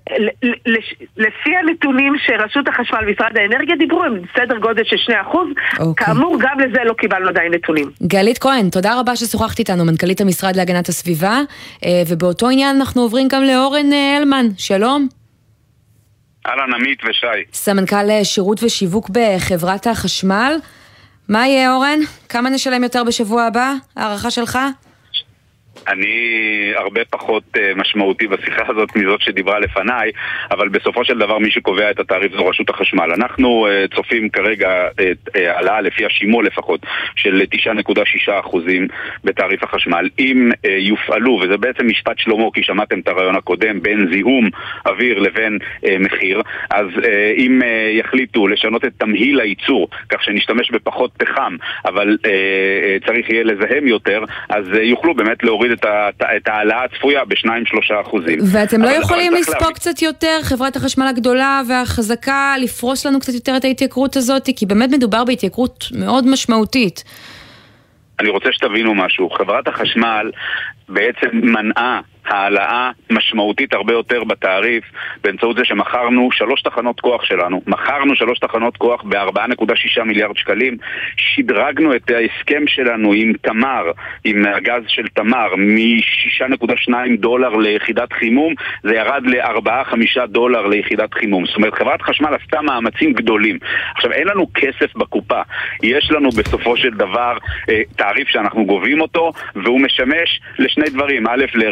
לפי הנתונים רשות החשמל ומשרד האנרגיה דיברו עם סדר גודל של 2%, כאמור גם לזה לא קיבלנו עדיין נתונים. גלית כהן, תודה רבה ששוחחת איתנו, מנכ"לית המשרד להגנת הסביבה, ובאותו עניין אנחנו עוברים גם לאורן אלמן, שלום. אהלן, עמית ושי. סמנכ"ל שירות ושיווק בחברת החשמל, מה יהיה אורן? כמה נשלם יותר בשבוע הבא? הערכה שלך? אני הרבה פחות משמעותי בשיחה הזאת מזאת שדיברה לפניי, אבל בסופו של דבר מי שקובע את התעריף זו רשות החשמל. אנחנו צופים כרגע העלאה לפי השימוע לפחות של 9.6% בתעריף החשמל. אם יופעלו, וזה בעצם משפט שלמה כי שמעתם את הרעיון הקודם, בין זיהום אוויר לבין מחיר, אז אם יחליטו לשנות את תמהיל הייצור כך שנשתמש בפחות פחם, אבל צריך יהיה לזהם יותר, אז יוכלו באמת להוריד את העלאה הצפויה ב2-3%. ואתם לא יכולים לספוק קצת יותר, חברת החשמל הגדולה והחזקה, לפרוס לנו קצת יותר את ההתייקרות הזאת, כי באמת מדובר בהתייקרות מאוד משמעותית. אני רוצה שתבינו משהו. חברת החשמל בעצם מנעה העלאה משמעותית הרבה יותר בתעריף באמצעות זה שמכרנו 3 תחנות כוח שלנו. מכרנו 3 תחנות כוח ב4.6 מיליארד שקלים. שדרגנו את ההסכם שלנו עם תמר, עם הגז של תמר, מ$6.2 ליחידת חימום, זה ירד ל$4-5 ליחידת חימום. זאת אומרת, חברת חשמל עשתה מאמצים גדולים. עכשיו, אין לנו כסף בקופה. יש לנו בסופו של דבר תעריף שאנחנו גובים אותו, והוא משמש לשני דברים. א', לרכישת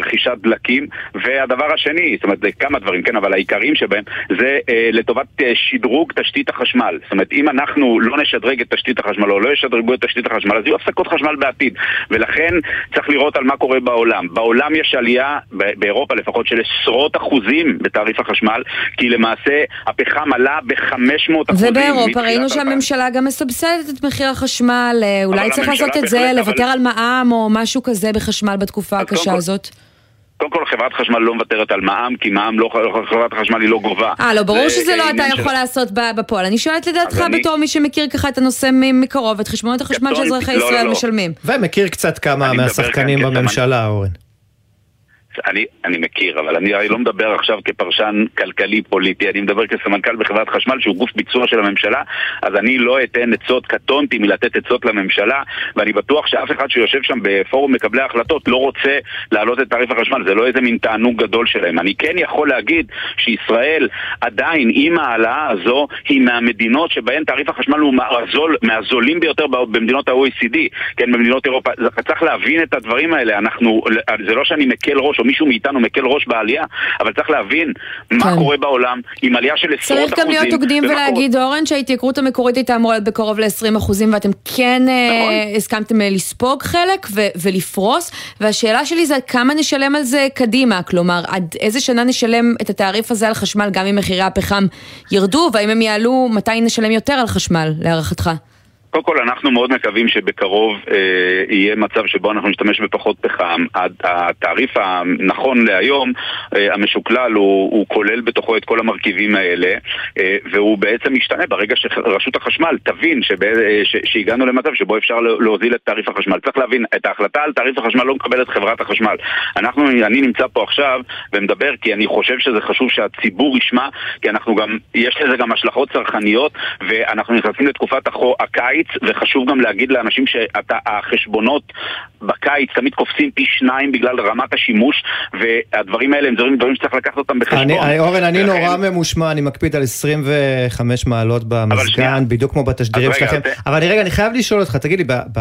דלקים, והדבר השני, זאת אומרת, זה כמה דברים, כן, אבל העיקריים שבהם, זה לטובת שדרוג תשתית החשמל. זאת אומרת, אם אנחנו לא נשדרג את תשתית החשמל, או לא ישדרגו את תשתית החשמל, אז יהיו הפסקות חשמל בעתיד. ולכן צריך לראות על מה קורה בעולם. בעולם יש עלייה, באירופה לפחות, של עשרות אחוזים בתעריף החשמל, כי למעשה הפחם עלה ב-500%. ובאירופה ראינו שהממשלה גם מסבסדת את מחיר החשמל, אולי צריך לעשות את זה, לוותר על מע"מ או משהו כזה בחשמל בתקופה הקשה הזאת. קודם כל, חברת חשמל לא מוותרת על מע"מ, כי מע"מ לא, חברת החשמל היא לא גובה. לא, ברור שזה לא אתה יכול לעשות בפועל. אני שואלת לדעתך בתור מי שמכיר ככה את הנושא מקרוב, את חשבונות החשמל שאזרחי ישראל משלמים. ומכיר קצת כמה מהשחקנים בממשלה, אורן. אני מכיר, אבל אני לא מדבר עכשיו כפרשן כלכלי פוליטי, אני מדבר כסמנכ"ל בחברת חשמל שהוא גוף ביצוע של הממשלה, אז אני לא אתן עצות, קטונתי מלתת עצות לממשלה, ואני בטוח שאף אחד שיושב שם בפורום מקבלי ההחלטות לא רוצה להעלות את תעריף החשמל, זה לא איזה מין תענוג גדול שלהם. אני כן יכול להגיד שישראל עדיין עם העלאה הזו היא מהמדינות שבהן תעריף החשמל הוא מהזולים ביותר במדינות ה-OECD, כן, במדינות אירופה. צריך להבין את הדברים האלה, זה לא שאני מקל ראש מישהו מאיתנו מקל ראש בעלייה, אבל צריך להבין מה קורה בעולם עם עלייה של 10%. צריך גם להיות הוגנים ולהגיד, אורן, שההתייקרות המקורית הייתה אמורה להיות בקרוב ל-20%, ואתם כן הסכמתם לספוג חלק ולפרוס, והשאלה שלי זה כמה נשלם על זה קדימה, כלומר, עד איזה שנה נשלם את התעריף הזה על חשמל, גם אם מחירי הפחם ירדו, והאם הם יעלו, מתי נשלם יותר על חשמל, להערכתך? קודם כל, אנחנו מאוד מקווים שבקרוב יהיה מצב שבו אנחנו נשתמש בפחות פחם. התעריף הנכון להיום, המשוקלל, הוא כולל בתוכו את כל המרכיבים האלה, והוא בעצם משתנה ברגע שרשות החשמל תבין שהגענו למצב שבו אפשר להוזיל את תעריף החשמל. צריך להבין, את ההחלטה על תעריף החשמל לא מקבלת חברת החשמל. אני נמצא פה עכשיו ומדבר כי אני חושב שזה חשוב שהציבור ישמע, כי יש לזה גם השלכות צרכניות, ואנחנו נכנסים לתקופת הקיץ, וחשוב גם להגיד לאנשים שהחשבונות בקיץ תמיד קופצים פי 2 בגלל רמת השימוש, והדברים האלה הם דברים שצריך לקחת אותם בחשבון. אורן, אני נורא ממושמע, אני מקפיד על 25 מעלות במזגן, בדיוק כמו בתשדירים שלכם. אבל רגע, אני חייב לשאול אותך, תגיד לי,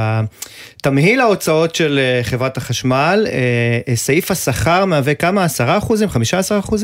בתמהיל ההוצאות של חברת החשמל, סעיף השכר מהווה כמה? 10%? 15%?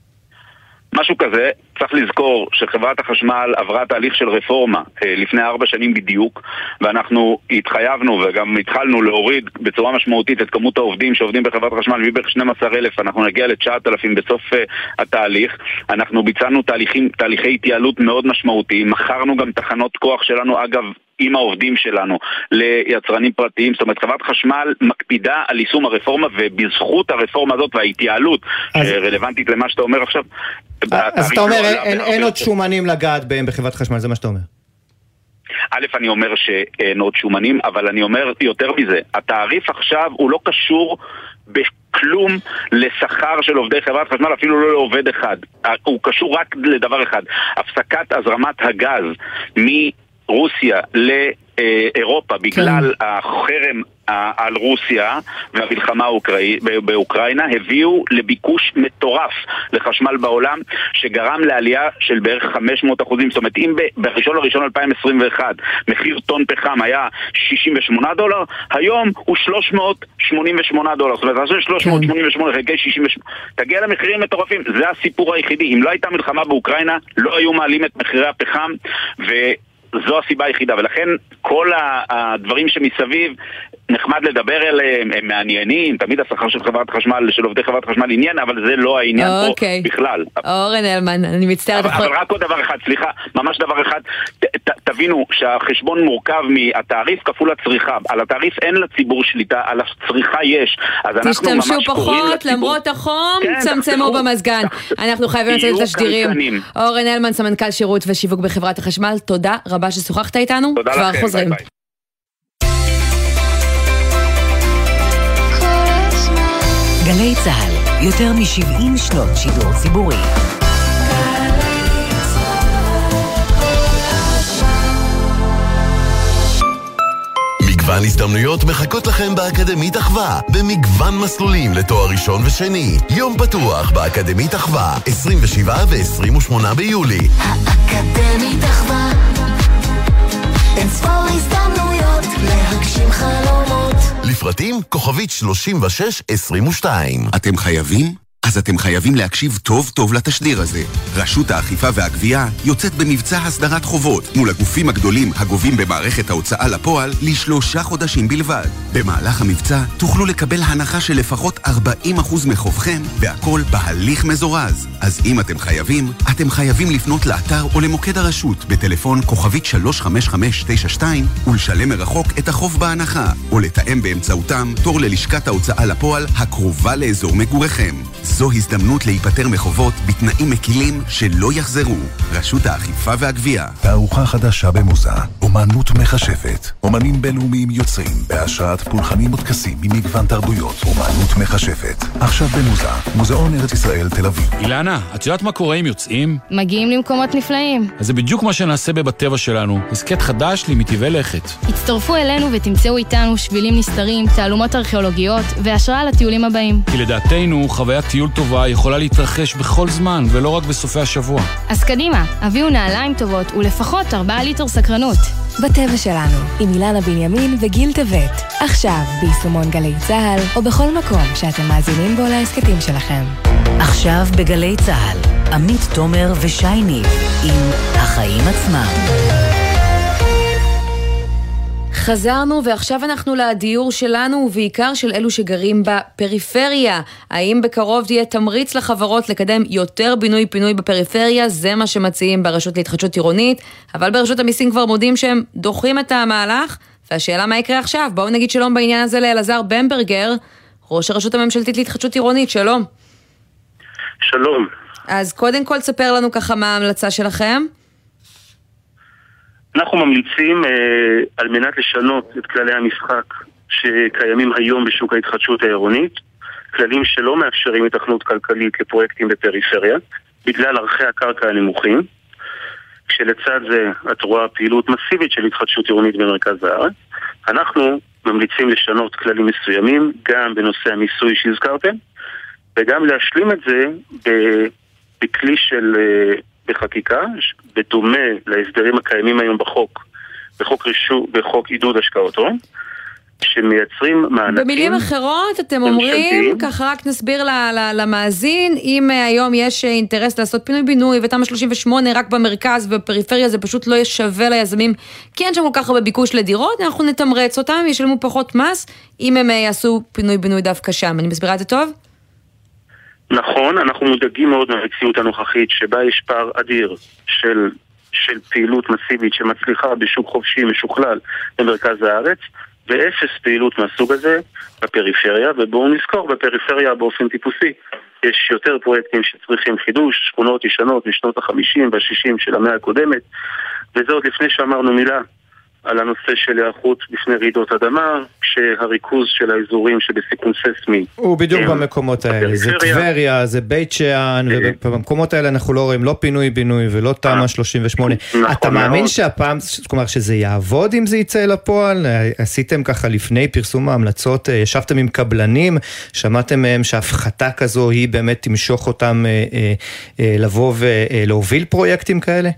משהו כזה. צריך לזכור שחברת החשמל עברה תהליך של רפורמה לפני 4 שנים בדיוק, ואנחנו התחייבנו וגם התחלנו להוריד בצורה משמעותית את כמות העובדים שעובדים בחברת החשמל מבערך 12,000, אנחנו נגיע ל-9,000 בסוף התהליך. אנחנו ביצענו תהליכי התייעלות מאוד משמעותיים, מכרנו גם תחנות כוח שלנו, אגב, עם העובדים שלנו ליצרנים פרטיים. זאת אומרת, חברת חשמל מקפידה על יישום הרפורמה, ובזכות הרפורמה הזאת וההתייעלות שרלוונטית למה שאתה אומר עכשיו. אז אתה אומר, אין עוד שומנים לגעת בהם בחברת חשמל, זה מה שאתה אומר? א', אני אומר שאין עוד שומנים, אבל אני אומר יותר מזה, התעריף עכשיו הוא לא קשור בכלום לשכר של עובדי חברת חשמל, אפילו לא לעובד אחד. הוא קשור רק לדבר אחד, הפסקת הזרמת הגז מרוסיה לאירופה בגלל החרם על רוסיה והמלחמה באוקראינה, הביאו לביקוש מטורף לחשמל בעולם, שגרם לעלייה של בערך 500%. זאת אומרת, אם בראשון 2021 מחיר טון פחם היה $68, היום הוא $388. זאת אומרת, זה 388 חלקי 68. תגיע למחירים מטורפים. זה הסיפור היחידי. אם לא הייתה מלחמה באוקראינה, לא היו מעלים את מחירי הפחם, זו הסיבה היחידה, ולכן כל הדברים שמסביב נחמד לדבר עליהם, הם מעניינים, תמיד השכר של חברת חשמל, של עובדי חברת חשמל עניין, אבל זה לא העניין פה בכלל. אורן הלמן, אני מצטערת. אבל רק עוד דבר אחד, סליחה, ממש דבר אחד, תבינו שהחשבון מורכב מהתעריף כפול הצריכה, על התעריף אין לציבור שליטה, על הצריכה יש, אז אנחנו ממש תשתמשו פחות, למרות החום, צמצמו במזגן. אנחנו חייבים לצאת את השדירים. אורן הלמן, סמנכ"ל שירות ושיווק בחברת החשמל, תודה רבה ששוחחת איתנו, כבר חוזרים. גלי צהל, יותר מ-70 שנות שידור ציבורי. מגוון הזדמנויות מחכות לכם באקדמית אחווה, במגוון מסלולים לתואר ראשון ושני. יום פתוח באקדמית אחווה, 27 ו-28 ביולי. האקדמית אחווה, אין ספור הזדמנויות להגשים חלומות. לפרטים כוכבית 3622. אתם חייבים? אז אתם חייבים להקשיב טוב טוב לתשדיר הזה. רשות האכיפה והגבייה יוצאת במבצע הסדרת חובות מול הגופים הגדולים הגובים במערכת ההוצאה לפועל ל3 חודשים בלבד. במהלך המבצע תוכלו לקבל הנחה של לפחות 40% מחובכם, והכל בהליך מזורז. אז אם אתם חייבים לפנות לאתר או למוקד הרשות בטלפון כוכבית 35592 ולשלם מרחוק את החוב בהנחה, או לתאם באמצעותם תור ללשכת ההוצאה לפועל הקרובה לאזור מגוריכם. זו הזדמנות להיפטר מחובות בתנאים מקילים שלא יחזרו. רשות האכיפה והגבייה. תערוכה חדשה במוזה, אומנות מחשבת. אומנים בינלאומיים יוצרים בהשראת פולחנים וטקסים ממגוון תרבויות. אומנות מחשבת. עכשיו במוזה, מוזיאון ארץ ישראל תל אביב. אילנה, את יודעת מה קורה אם יוצאים? מגיעים למקומות נפלאים. אז זה בדיוק מה שנעשה בטבע שלנו. הסקט חדש למטבעי לכת. הצטרפו אלינו ותמצאו איתנו שבילים נסתרים, תעלומות ארכיאולוגיות והשראה לטיולים הבאים. כי לדעתנו חוויית טיול טובה יכולה להתרחש בכל זמן ולא רק בסופי השבוע. אז קדימה, הביאו נעליים טובות ולפחות 4 ליטר סקרנות. בטבע שלנו, עם אילנה בנימין וגיל טבת. עכשיו ביישומון גלי צהל או בכל מקום שאתם מאזינים בו להסקטים שלכם. עכשיו בגלי צהל, עמית תומר ושי ניב עם החיים עצמם. חזרנו ועכשיו אנחנו לדיור שלנו ובעיקר של אלו שגרים בפריפריה. האם בקרוב תהיה תמריץ לחברות לקדם יותר בינוי-פינוי בפריפריה? זה מה שמציעים ברשות להתחדשות עירונית, אבל ברשות המיסים כבר מודים שהם דוחים את המהלך, והשאלה מה יקרה עכשיו? בואו נגיד שלום בעניין הזה לאלעזר במברגר, ראש הרשות הממשלתית להתחדשות עירונית. שלום. שלום. אז קודם כל תספר לנו ככה מה ההמלצה שלכם. אנחנו ממליצים על מנת לשנות את כללי המשחק שקיימים היום בשוק ההתחדשות העירונית, כללים שלא מאפשרים התכנות כלכלית לפרויקטים בפריפריה, בגלל ערכי הקרקע הנמוכים, כשלצד זה את רואה פעילות מסיבית של התחדשות עירונית במרכז הארץ. אנחנו ממליצים לשנות כללים מסוימים, גם בנושא המיסוי שהזכרתם, וגם להשלים את זה בכלי של בחקיקה, בדומה להסדרים הקיימים היום בחוק עידוד השקעות הון, שמייצרים מענקים. במילים אחרות, אתם אומרים, ככה רק נסביר למאזין, אם היום יש אינטרס לעשות פינוי-בינוי ותמ"א 38 רק במרכז ובפריפריה, זה פשוט לא ישווה ליזמים, כי אין שם כל כך הרבה ביקוש לדירות, אנחנו נתמרץ אותם, ישלמו פחות מס, אם הם יעשו פינוי-בינוי דווקא שם. אני מסבירה את זה טוב? נכון, אנחנו מודאגים מאוד מהמציאות הנוכחית שבה יש פער אדיר של פעילות מסיבית שמצליחה בשוק חופשי משוכלל במרכז הארץ, ואפס פעילות מהסוג הזה בפריפריה. ובואו נזכור, בפריפריה באופן טיפוסי יש יותר פרויקטים שצריכים חידוש, שכונות ישנות משנות ה-50 וה-60 של המאה הקודמת, וזה עוד לפני שאמרנו מילה על הנושא של היערכות בפני רעידות אדמה, כשהריכוז של האזורים שבסיכון ססמי הוא בדיוק במקומות האלה, זה טבריה, זה בית שאן, ובמקומות האלה אנחנו לא רואים לא פינוי-בינוי ולא תמ"א 38. אתה מאמין שהפעם, כלומר שזה יעבוד אם זה יצא לפועל? עשיתם ככה לפני פרסום ההמלצות, ישבתם עם קבלנים, שמעתם מהם שההפחתה כזו היא באמת תמשוך אותם לבוא ולהוביל פרויקטים כאלה?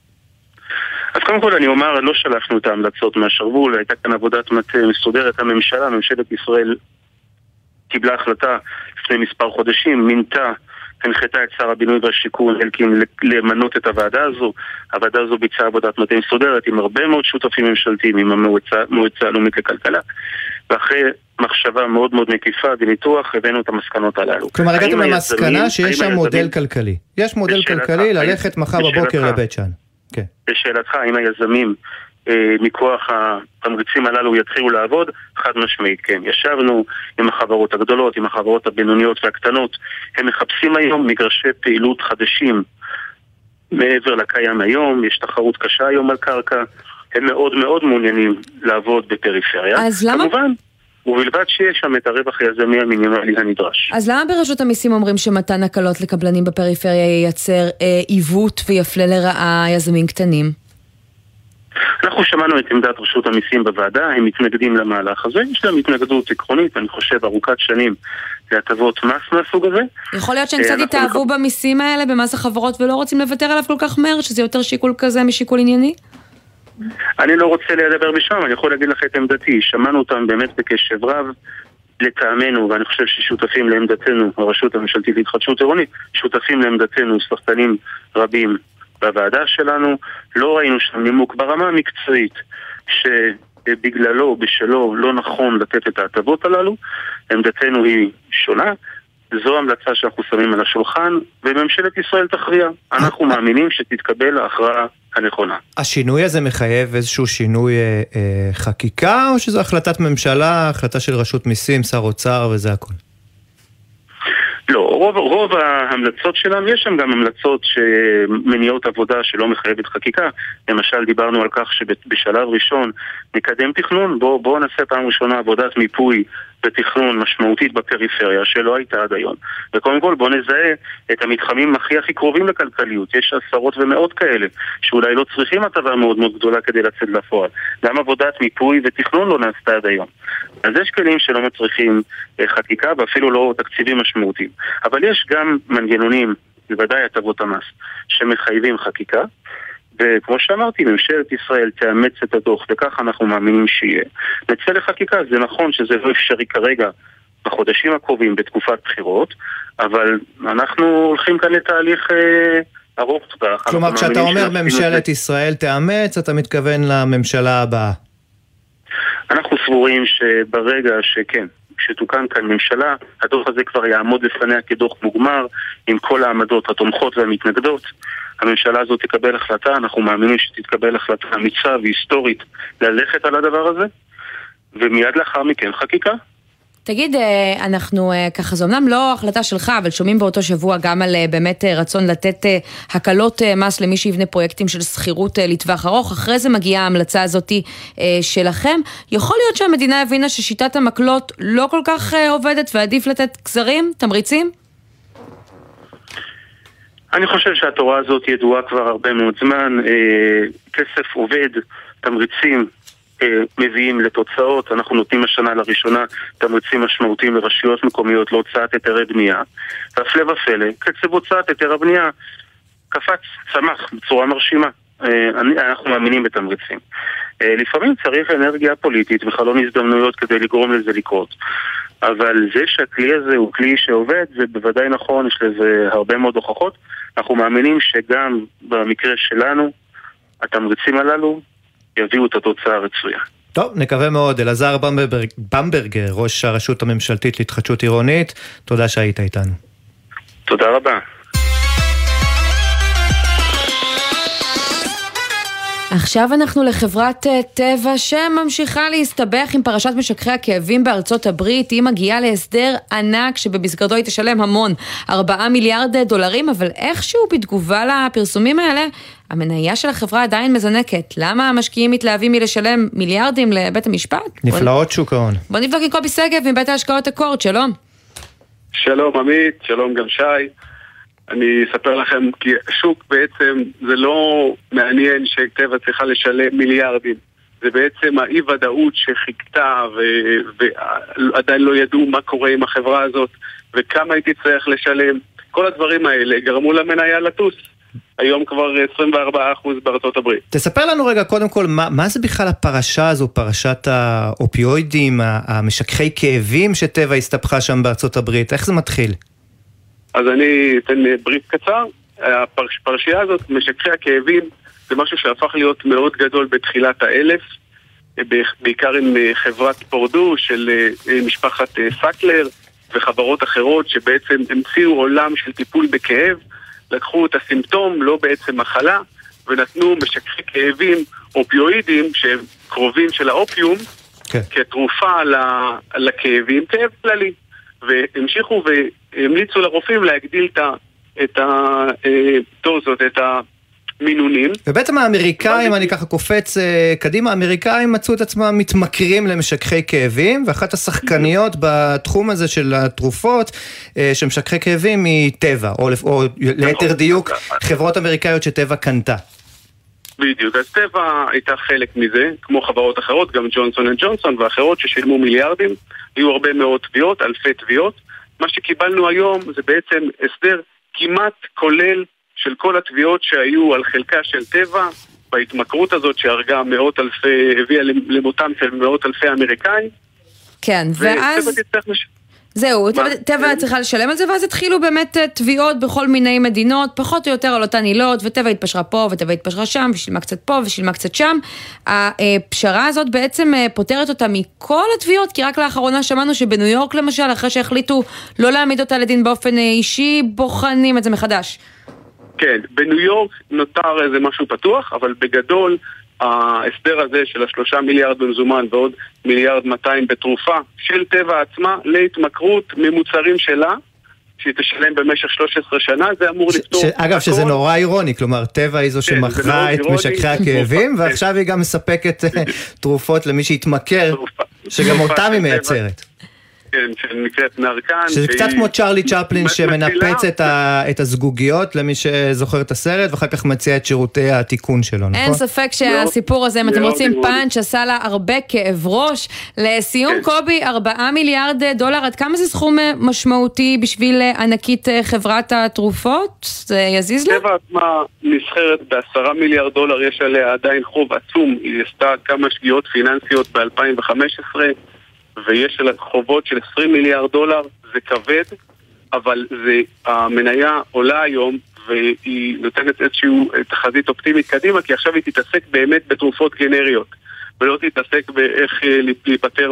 אז קודם כל אני אומר, לא שלפנו את ההמלצות מהשרוול, הייתה כאן עבודת מטה מסודרת. הממשלה, ממשלת ישראל, קיבלה החלטה לפני מספר חודשים, הנחתה את שר הבינוי והשיכון אלקין למנות את הוועדה הזו. הוועדה הזו ביצעה עבודת מטה מסודרת עם הרבה מאוד שותפים ממשלתיים, עם המועצה הלאומית לכלכלה, ואחרי מחשבה מאוד מאוד מקיפה וניתוח הבאנו את המסקנות הללו. כלומר, הגעתם למסקנה שיש שם מודל כלכלי. יש מודל כלכלי ללכת מחר בבוקר לבית שאן. בשאלתך, האם היזמים מכוח התמריצים הללו יתחילו לעבוד? חד משמעית, כן. ישבנו עם החברות הגדולות, עם החברות הבינוניות והקטנות. הם מחפשים היום מגרשי פעילות חדשים מעבר לקיים היום. יש תחרות קשה היום על קרקע. הם מאוד מאוד מעוניינים לעבוד בפריפריה. אז למה? כמובן, ובלבד שיש שם את הרווח היזמי המינימלי הנדרש. אז למה ברשות המיסים אומרים שמתן הקלות לקבלנים בפריפריה ייצר עיוות ויפלה לרעה יזמים קטנים? אנחנו שמענו את עמדת רשות המיסים בוועדה, הם מתנגדים למהלך הזה, יש להם התנגדות עקרונית, אני חושב ארוכת שנים, להטבות מס מהסוג הזה. יכול להיות שהם קצת התאהבו במיסים האלה, במס החברות, ולא רוצים לוותר עליו כל כך מהר, שזה יותר שיקול כזה משיקול ענייני? אני לא רוצה לדבר בשם, אני יכול להגיד לך את עמדתי. שמענו אותם באמת בקשב רב, לטעמנו, ואני חושב ששותפים לעמדתנו, הרשות הממשלתית להתחדשות עירונית, שותפים לעמדתנו, שחקנים רבים בוועדה שלנו. לא ראינו שם נימוק ברמה המקצועית שבגללו, בשלו, לא נכון לתת את ההטבות הללו. עמדתנו היא שונה. זו המלצה שאנחנו שמים על השולחן, וממשלת ישראל תכריע. אנחנו מאמינים שתתקבל ההכרעה הנכונה. השינוי הזה מחייב איזשהו שינוי חקיקה, או שזו החלטת ממשלה, החלטה של רשות מיסים, שר אוצר וזה הכל? לא, רוב ההמלצות שלנו, יש שם גם המלצות שמניעות עבודה שלא מחייבת חקיקה. למשל, דיברנו על כך שבשלב ראשון נקדם תכנון, בואו נעשה פעם ראשונה עבודת מיפוי ותכנון משמעותית בפריפריה שלא הייתה עד היום. וקודם כל בואו נזהה את המתחמים הכי קרובים לכלכליות. יש עשרות ומאות כאלה שאולי לא צריכים הטבה מאוד מאוד גדולה כדי לצאת לפועל. גם עבודת מיפוי ותכנון לא נעשתה עד היום. אז יש כלים שלא מצריכים חקיקה ואפילו לא תקציבים משמעותיים. אבל יש גם מנגנונים, בוודאי הטבות המס, שמחייבים חקיקה. וכמו שאמרתי, ממשלת ישראל תאמץ את הדוח, וכך אנחנו מאמינים שיהיה. נצא לחקיקה, זה נכון שזה לא אפשרי כרגע בחודשים הקרובים בתקופת בחירות, אבל אנחנו הולכים כאן לתהליך ארוך טווח. כלומר, כשאתה אומר ממשלת ישראל תאמץ, אתה מתכוון לממשלה הבאה? אנחנו סבורים שברגע שכן, שתוקם כאן ממשלה, הדוח הזה כבר יעמוד לפניה כדוח מוגמר, עם כל העמדות התומכות והמתנגדות. הממשלה הזאת תקבל החלטה, אנחנו מאמינים שתתקבל החלטה אמיצה והיסטורית ללכת על הדבר הזה, ומיד לאחר מכן חקיקה. תגיד, אנחנו ככה, זו אמנם לא החלטה שלך, אבל שומעים באותו שבוע גם על באמת רצון לתת הקלות מס למי שיבנה פרויקטים של שכירות לטווח ארוך. אחרי זה מגיעה ההמלצה הזאת שלכם. יכול להיות שהמדינה הבינה ששיטת המקלות לא כל כך עובדת ועדיף לתת גזרים, תמריצים? אני חושב שהתורה הזאת ידועה כבר הרבה מאוד זמן. כסף עובד, תמריצים מביאים לתוצאות. אנחנו נותנים השנה לראשונה תמריצים משמעותיים לרשויות מקומיות להוצאת היתרי בנייה. והפלא ופלא, קצב הוצאת היתר הבנייה קפץ, צמח בצורה מרשימה. אנחנו מאמינים בתמריצים. לפעמים צריך אנרגיה פוליטית וחלון הזדמנויות כדי לגרום לזה לקרות. אבל זה שהכלי הזה הוא כלי שעובד, זה בוודאי נכון, יש לזה הרבה מאוד הוכחות. אנחנו מאמינים שגם במקרה שלנו, התמריצים הללו יביאו את התוצאה הרצויה. טוב, נקווה מאוד. אלעזר במברגר, ראש הרשות הממשלתית להתחדשות עירונית, תודה שהיית איתנו. תודה רבה. עכשיו אנחנו לחברת טבע שממשיכה להסתבך עם פרשת משככי הכאבים בארצות הברית. היא מגיעה להסדר ענק שבמסגרתו היא תשלם המון, 4 מיליארד דולרים, אבל איכשהו בתגובה לפרסומים האלה, המניה של החברה עדיין מזנקת. למה המשקיעים מתלהבים מלשלם מיליארדים לבית המשפט? נפלאות שוק ההון. בוא נבדוק עם קובי שגב מבית ההשקעות אקורד, שלום. שלום עמית, שלום גם שי. אני אספר לכם כי שוק בעצם זה לא מעניין שטבע צריכה לשלם מיליארדים. זה בעצם האי-ודאות שחיכתה ועדיין לא ידעו מה קורה עם החברה הזאת וכמה היא תצטרך לשלם. כל הדברים האלה גרמו למניה לטוס. היום כבר 24% בארצות הברית. תספר לנו רגע קודם כל, מה זה בכלל הפרשה הזו, פרשת האופיואידים, המשככי כאבים שטבע הסתבכה שם בארצות הברית? איך זה מתחיל? אז אני אתן בריף קצר. הפרשייה הזאת, משככי הכאבים, זה משהו שהפך להיות מאוד גדול בתחילת האלף, בעיקר עם חברת פורדו של משפחת סקלר וחברות אחרות שבעצם המציאו עולם של טיפול בכאב, לקחו את הסימפטום, לא בעצם מחלה, ונתנו משככי כאבים אופיואידים שהם קרובים של האופיום, כתרופה לכאבים, כאב כללי. והמשיכו והמליצו לרופאים להגדיל את הדוזות, את המינונים. ובעצם האמריקאים, אני ככה קופץ קדימה, האמריקאים מצאו את עצמם מתמכרים למשככי כאבים, ואחת השחקניות בתחום הזה של התרופות שמשככי כאבים היא טבע, או ליתר דיוק חברות אמריקאיות שטבע קנתה. בדיוק, אז טבע הייתה חלק מזה, כמו חברות אחרות, גם ג'ונסון אנד ג'ונסון ואחרות ששילמו מיליארדים, היו הרבה מאוד תביעות, אלפי תביעות. מה שקיבלנו היום זה בעצם הסדר כמעט כולל של כל התביעות שהיו על חלקה של טבע בהתמכרות הזאת שהרגה הביאה למותם של מאות אלפי אמריקאים. כן, ואז... זהו, טבע צריכה לשלם על זה, ואז התחילו באמת תביעות בכל מיני מדינות, פחות או יותר על אותן עילות, וטבע התפשרה פה, וטבע התפשרה שם, ושילמה קצת פה, ושילמה קצת שם. הפשרה הזאת בעצם פותרת אותה מכל התביעות, כי רק לאחרונה שמענו שבניו יורק למשל, אחרי שהחליטו לא להעמיד אותה לדין באופן אישי, בוחנים את זה מחדש. כן, בניו יורק נותר איזה משהו פתוח, אבל בגדול ההסדר הזה של 3 מיליארד במזומן ועוד 1.2 מיליארד בתרופה של טבע עצמה להתמכרות ממוצרים שלה שהיא תשלם במשך 13 שנה, זה אמור לפתור. אגב, שזה נורא אירוני, כלומר, טבע היא זו שמכרה את משככי הכאבים, ועכשיו היא גם מספקת תרופות למי שהתמכר, שגם אותם היא מייצרת. כן, שנקראת נרקן. שזה קצת כמו צ'רלי צ'פלין שמנפץ את הזגוגיות למי שזוכר את הסרט, ואחר כך מציע את שירותי התיקון שלו, נכון? אין ספק שהסיפור הזה, אם אתם רוצים פאנץ', עשה לה הרבה כאב ראש. לסיום, קובי, 4 מיליארד דולר, עד כמה זה סכום משמעותי בשביל ענקית חברת התרופות? זה יזיז לה? טבע עצמה נסחרת ב10 מיליארד דולר, יש עליה עדיין חוב עצום, היא עשתה כמה שגיאות פיננסיות ב-2015, ויש לה חובות של 20 מיליארד דולר, זה כבד, אבל המניה עולה היום, והיא נותנת איזשהו תחזית אופטימית קדימה, כי עכשיו היא תתעסק באמת בתרופות גנריות, ולא תתעסק באיך להיפטר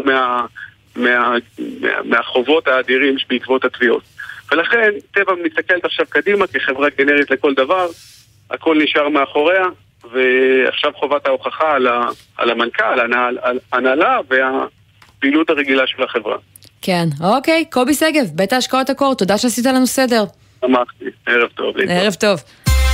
מהחובות האדירים בעקבות התביעות. ולכן טבע מסתכלת עכשיו קדימה כחברה גנרית לכל דבר, הכל נשאר מאחוריה, ועכשיו חובת ההוכחה על המנכ"ל, על הנהלה פעילות הרגילה של החברה. כן, אוקיי, קובי סגב, בית ההשקעות הקור, תודה שעשית לנו סדר. שמחתי, ערב טוב. ערב טוב.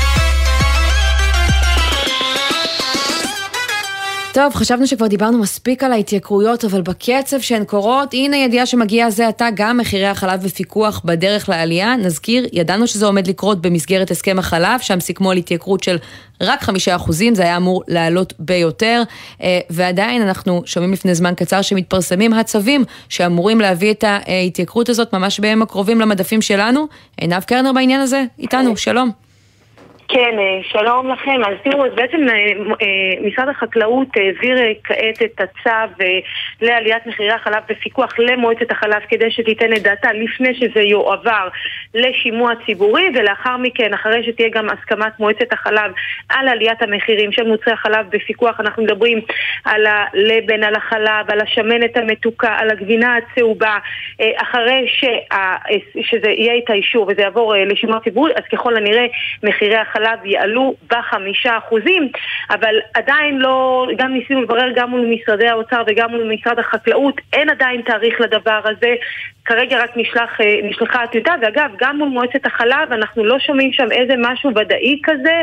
טוב, חשבנו שכבר דיברנו מספיק על ההתייקרויות, אבל בקצב שהן קורות, הנה ידיעה שמגיעה זה עתה, גם מחירי החלב ופיקוח בדרך לעלייה. נזכיר, ידענו שזה עומד לקרות במסגרת הסכם החלב, שם סיכמו על התייקרות של רק 5%, זה היה אמור לעלות ביותר, ועדיין אנחנו שומעים לפני זמן קצר שמתפרסמים הצווים שאמורים להביא את ההתייקרות הזאת ממש בימים הקרובים למדפים שלנו. עינב קרנר בעניין הזה איתנו, שלום. כן, שלום לכם. אז תראו, אז בעצם משרד החקלאות העביר כעת את הצו לעליית מחירי החלב בפיקוח למועצת החלב כדי שתיתן את דעתה לפני שזה יועבר לשימוע ציבורי, ולאחר מכן, אחרי שתהיה גם הסכמת מועצת החלב על עליית המחירים של מוצרי החלב בפיקוח, אנחנו מדברים על הלבן, על החלב, על השמנת המתוקה, על הגבינה הצהובה, אחרי שזה יהיה את האישור וזה יעבור לשימוע ציבורי, אז ככל הנראה מחירי החלב יעלו ב5%, אבל עדיין לא, גם ניסינו לברר גם מול משרדי האוצר וגם מול משרד החקלאות, אין עדיין תאריך לדבר הזה, כרגע רק נשלחה הטיוטה, ואגב, גם מול מועצת החלב, אנחנו לא שומעים שם איזה משהו ודאי כזה,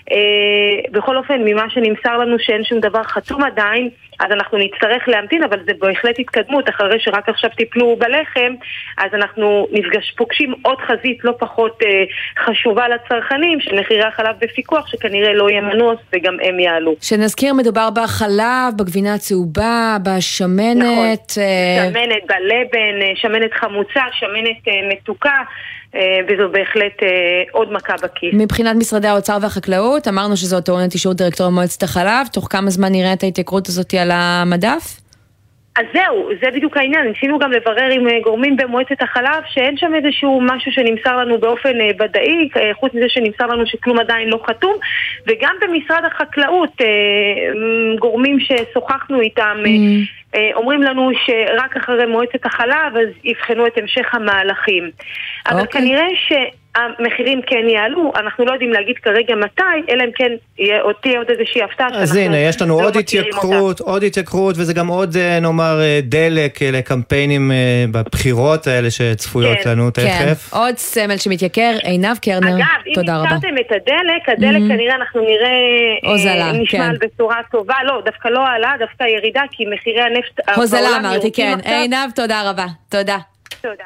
בכל אופן, ממה שנמסר לנו שאין שום דבר חתום עדיין, אז אנחנו נצטרך להמתין, אבל זה בהחלט התקדמות, אחרי שרק עכשיו טיפלו בלחם, אז אנחנו פוגשים עוד חזית לא פחות חשובה לצרכנים, של מחירי החלב בפיקוח, שכנראה לא יהיה מנוס וגם הם יעלו. שנזכיר, מדובר בחלב, בגבינה הצהובה, בשמנת. נכון, שמנת, בלבן, שמנת חמוצה, שמנת מתוקה, וזו בהחלט עוד מכה בכיס. מבחינת משרדי האוצר והחקלאות, אמרנו שזו טעונת אישור דירקטור מועצת החלב, תוך כמה זמן נראה את ההתייקרות הזאת על המדף? אז זהו, זה בדיוק העניין. ניסינו גם לברר עם גורמים במועצת החלב שאין שם איזשהו משהו שנמסר לנו באופן ודאי, חוץ מזה שנמסר לנו שכלום עדיין לא חתום, וגם במשרד החקלאות, גורמים ששוחחנו איתם, אומרים לנו שרק אחרי מועצת החלב אז יבחנו את המשך המהלכים. אבל כנראה שהמחירים כן יעלו, אנחנו לא יודעים להגיד כרגע מתי, אלא אם כן תהיה עוד איזושהי הפתעה. אז הנה, יש לנו עוד התייקרות, וזה גם עוד, נאמר, דלק לקמפיינים בבחירות האלה שצפויות לנו תכף. עוד סמל שמתייקר, עינב קרנר, תודה רבה. אגב, אם נשארתם את הדלק כנראה אנחנו נראה נשמע בצורה טובה, לא, דווקא לא העלה, דווקא ירידה, כי מחירי הנפט הוזלה אמרתי, כן. עינב, תודה רבה. תודה. תודה.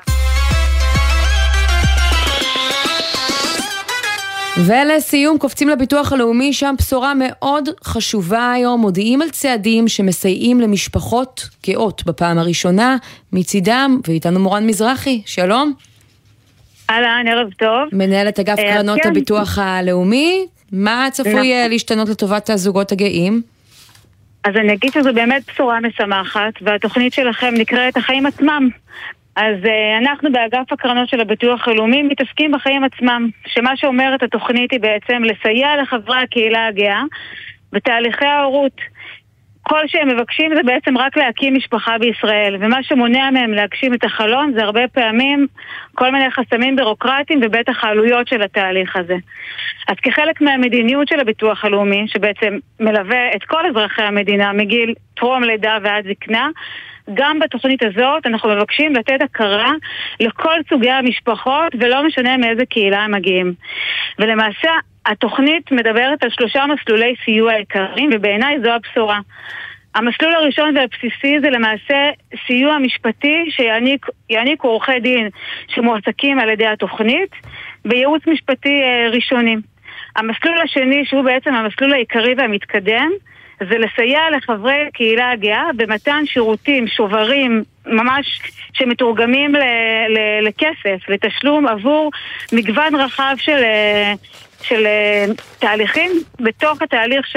ולסיום, קופצים לביטוח הלאומי, שם בשורה מאוד חשובה היום, מודיעים על צעדים שמסייעים למשפחות גאות בפעם הראשונה מצידם, ואיתנו מורן מזרחי, שלום. אהלן, ערב טוב. מנהלת אגף קרנות הביטוח הלאומי, מה צפוי להשתנות לטובת הזוגות הגאים? אז אני אגיד שזו באמת בשורה משמחת, והתוכנית שלכם נקראת החיים עצמם. אז אנחנו באגף הקרנות של הביטוח הלאומי מתעסקים בחיים עצמם, שמה שאומרת התוכנית היא בעצם לסייע לחברי הקהילה הגאה בתהליכי ההורות. כל שהם מבקשים זה בעצם רק להקים משפחה בישראל, ומה שמונע מהם להגשים את החלום זה הרבה פעמים כל מיני חסמים בירוקרטיים ובטח העלויות של התהליך הזה. אז כחלק מהמדיניות של הביטוח הלאומי, שבעצם מלווה את כל אזרחי המדינה מגיל טרום לידה ועד זקנה, גם בתוכנית הזאת אנחנו מבקשים לתת הכרה לכל סוגי המשפחות ולא משנה מאיזה קהילה הם מגיעים. ולמעשה התוכנית מדברת על 3 מסלולי סיוע עיקריים, ובעיניי זו הבשורה. המסלול הראשון והבסיסי זה למעשה סיוע משפטי שיעניק עורכי דין שמועסקים על ידי התוכנית וייעוץ משפטי ראשוני. המסלול השני, שהוא בעצם המסלול העיקרי והמתקדם, זה לסייע לחברי קהילה הגאה במתן שירותים, שוברים, ממש שמתורגמים לכסף, לתשלום עבור מגוון רחב של תהליכים בתוך התהליך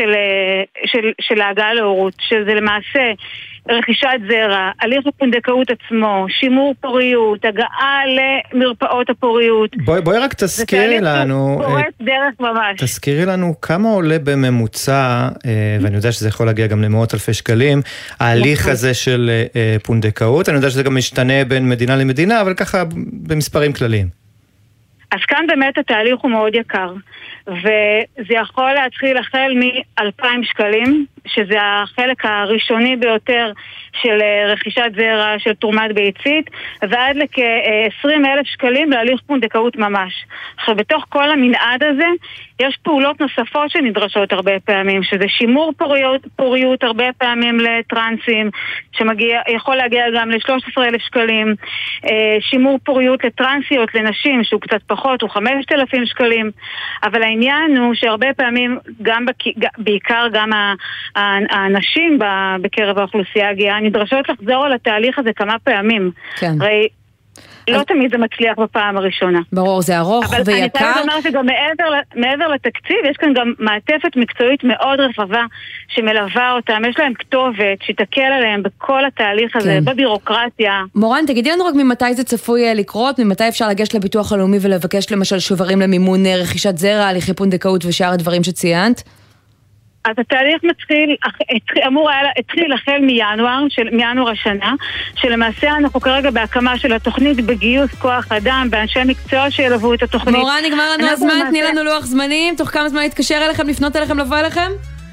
של ההגעה להורות, שזה למעשה רכישת זרע, הליך הפונדקאות עצמו, שימור פוריות, הגעה למרפאות הפוריות. בואי רק תזכירי לנו, תזכירי לנו כמה עולה בממוצע, ואני יודע שזה יכול להגיע גם למאות אלפי שקלים, ההליך הזה של פונדקאות. אני יודע שזה גם משתנה בין מדינה למדינה, אבל ככה במספרים כלליים. אז כאן באמת התהליך הוא מאוד יקר, וזה יכול להתחיל החל מ-2,000 שקלים, שזה החלק הראשוני ביותר של רכישת זרע, של תרומת ביצית, ועד לכ-20,000 שקלים להליך פונדקאות ממש. עכשיו, בתוך כל המנעד הזה, יש פעולות נוספות שנדרשות הרבה פעמים, שזה שימור פוריות הרבה פעמים לטרנסים, שיכול להגיע גם ל-13,000 שקלים, שימור פוריות לטרנסיות, לנשים, שהוא קצת פחות, הוא 5,000 שקלים, אבל העניין הוא שהרבה פעמים, בעיקר גם האנשים בקרב האוכלוסייה הגאה, נדרשות לחזור על התהליך הזה כמה פעמים. כן. הרי לא תמיד זה מצליח בפעם הראשונה. ברור, זה ארוך ויקר. אבל אני חייבת לומר שגם מעבר לתקציב, יש כאן גם מעטפת מקצועית מאוד רחבה שמלווה אותם. יש להם כתובת שתקל עליהם בכל התהליך הזה, בבירוקרטיה. מורן, תגידי לנו רק ממתי זה צפוי לקרות, ממתי אפשר לגשת לביטוח הלאומי ולבקש למשל שוברים למימון רכישת זרע, הליכי פונדקאות ושאר הדברים שציינת? אז התהליך התחיל החל מינואר השנה, שלמעשה אנחנו כרגע בהקמה של התוכנית, בגיוס כוח אדם, באנשי מקצוע שילוו את התוכנית. מורן, נגמר לנו הזמן, תני לנו לוח זמנים, תוך כמה זמן להתקשר אליכם, לפנות אליכם, לבוא אליכם?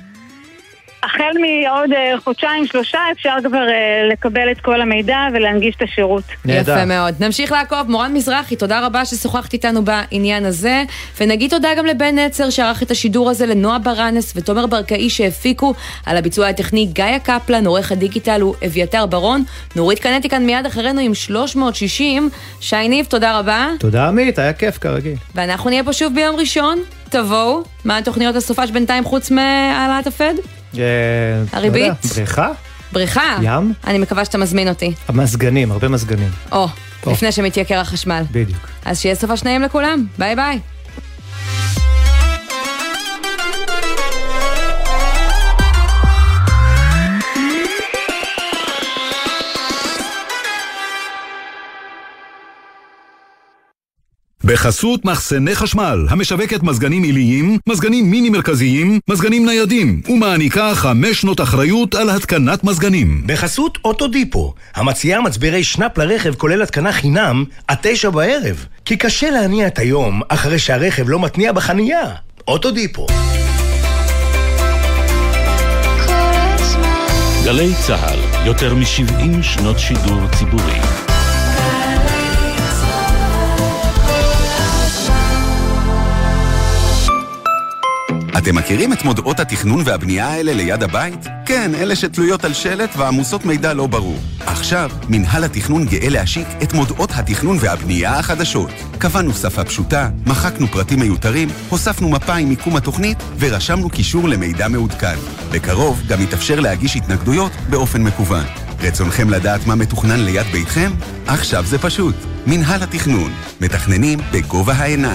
החל מעוד 2-3 אפשר כבר לקבל את כל המידע ולהנגיש את השירות. יפה מאוד. נמשיך לעקוב. מורן מזרחי, תודה רבה ששוחחת איתנו בעניין הזה, ונגיד תודה גם לבן נצר שערך את השידור הזה, לנועה ברנס ותומר ברקאי שהפיקו, על הביצוע הטכני גיא קפלן, עורך הדיגיטל הוא אביתר ברון, נורית קנטי כאן מיד אחרינו עם 360. שי ניב, תודה רבה. תודה עמית, היה כיף כרגיל. ואנחנו נהיה פה שוב ביום ראשון. תבואו. מה התוכניות הסופש בינתיים חוץ מהעלאת הפד? הריבית? בריכה? ים? אני מקווה שאתה מזמין אותי. המזגנים, הרבה מזגנים. לפני שמתייקר החשמל. בדיוק. אז שיהיה סופש נעים לכולם. ביי ביי. בחסות מחסני חשמל, המשווקת מזגנים עיליים, מזגנים מיני מרכזיים, מזגנים ניידים, ומעניקה 5 שנות אחריות על התקנת מזגנים. בחסות אוטודיפו, המציעה מצברי שנאפ לרכב כולל התקנה חינם עד 9 בערב. כי קשה להניע את היום אחרי שהרכב לא מתניע בחנייה. אוטודיפו. גלי צהל, יותר מ-70 שנות שידור ציבורי. אתם מכירים את מודעות התכנון והבנייה האלה ליד הבית? כן, אלה שתלויות על שלט ועמוסות מידע לא ברור. עכשיו, מנהל התכנון גאה להשיק את מודעות התכנון והבנייה החדשות. קבענו שפה פשוטה, מחקנו פרטים מיותרים, הוספנו מפה עם מיקום התוכנית ורשמנו קישור למידע מעודכן. בקרוב גם יתאפשר להגיש התנגדויות באופן מקוון. רצונכם לדעת מה מתוכנן ליד ביתכם? עכשיו זה פשוט. מנהל התכנון. מתכננים בגובה העיניים.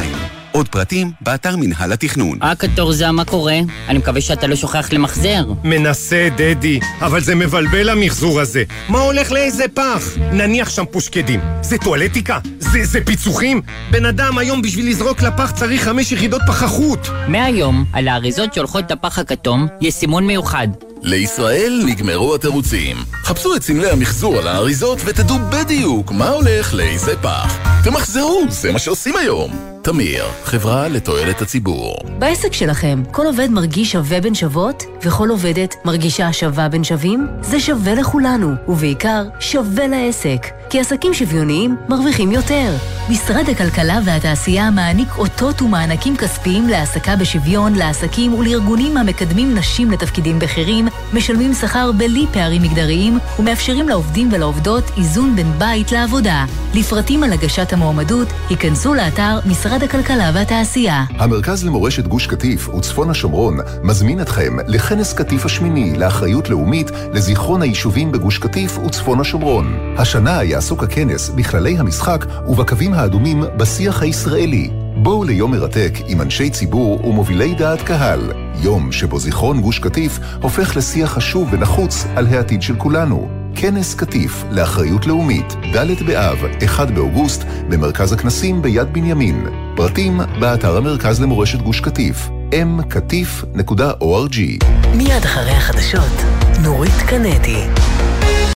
עוד פרטים באתר מנהל התכנון. קטורזה, מה קורה? אני מקווה שאתה לא שוכח למחזר. מנסה, דדי, אבל זה מבלבל המחזור הזה. מה הולך לאיזה פח? נניח שם פושקדים. זה טואלטיקה? זה פיצוחים? בן אדם היום בשביל לזרוק לפח צריך 5 יחידות פחחות. מהיום, על האריזות שהולכות את הפח הכתום, יש סימון מיוחד. לישראל נגמרו התירוצים. חפשו את סמלי המחזור על האריזות ותדעו בדיוק מה הולך לאיזה פח. תמחזרו, זה מה שעושים היום. תמיר, חברה לתועלת הציבור. בעסק שלכם, כל עובד מרגיש שווה בין שוות, וכל עובדת מרגישה שווה בין שווים? זה שווה לכולנו, ובעיקר שווה לעסק. כי עסקים שוויוניים מרוויחים יותר. משרד הכלכלה והתעשייה מעניק אותות ומענקים כספיים להעסקה בשוויון, לעסקים ולארגונים המקדמים נשים לתפקידים בכירים, משלמים שכר בלי פערים מגדריים, ומאפשרים לעובדים ולעובדות איזון בין בית לעבודה. לפרטים על הגשת המועמדות, היכנסו לאתר משרד הכלכלה והתעשייה. המרכז למורשת גוש קטיף וצפון השומרון מזמין אתכם לכנס קטיף השמיני לאחריות לאומית לזיכרון היישובים בגוש קטיף וצפון השומרון. השנה יעסוק הכנס בכללי המשחק ובקווים האדומים בשיח הישראלי. בואו ליום מרתק עם אנשי ציבור ומובילי דעת קהל. יום שבו זיכרון גוש קטיף הופך לשיח חשוב ונחוץ על העתיד של כולנו. כנס קטיף לאחריות לאומית, ד' באב, 1 באוגוסט, במרכז הכנסים ביד בנימין. פרטים באתר המרכז למורשת גוש קטיף, mkatif.org. מיד אחרי החדשות, נורית קנדי.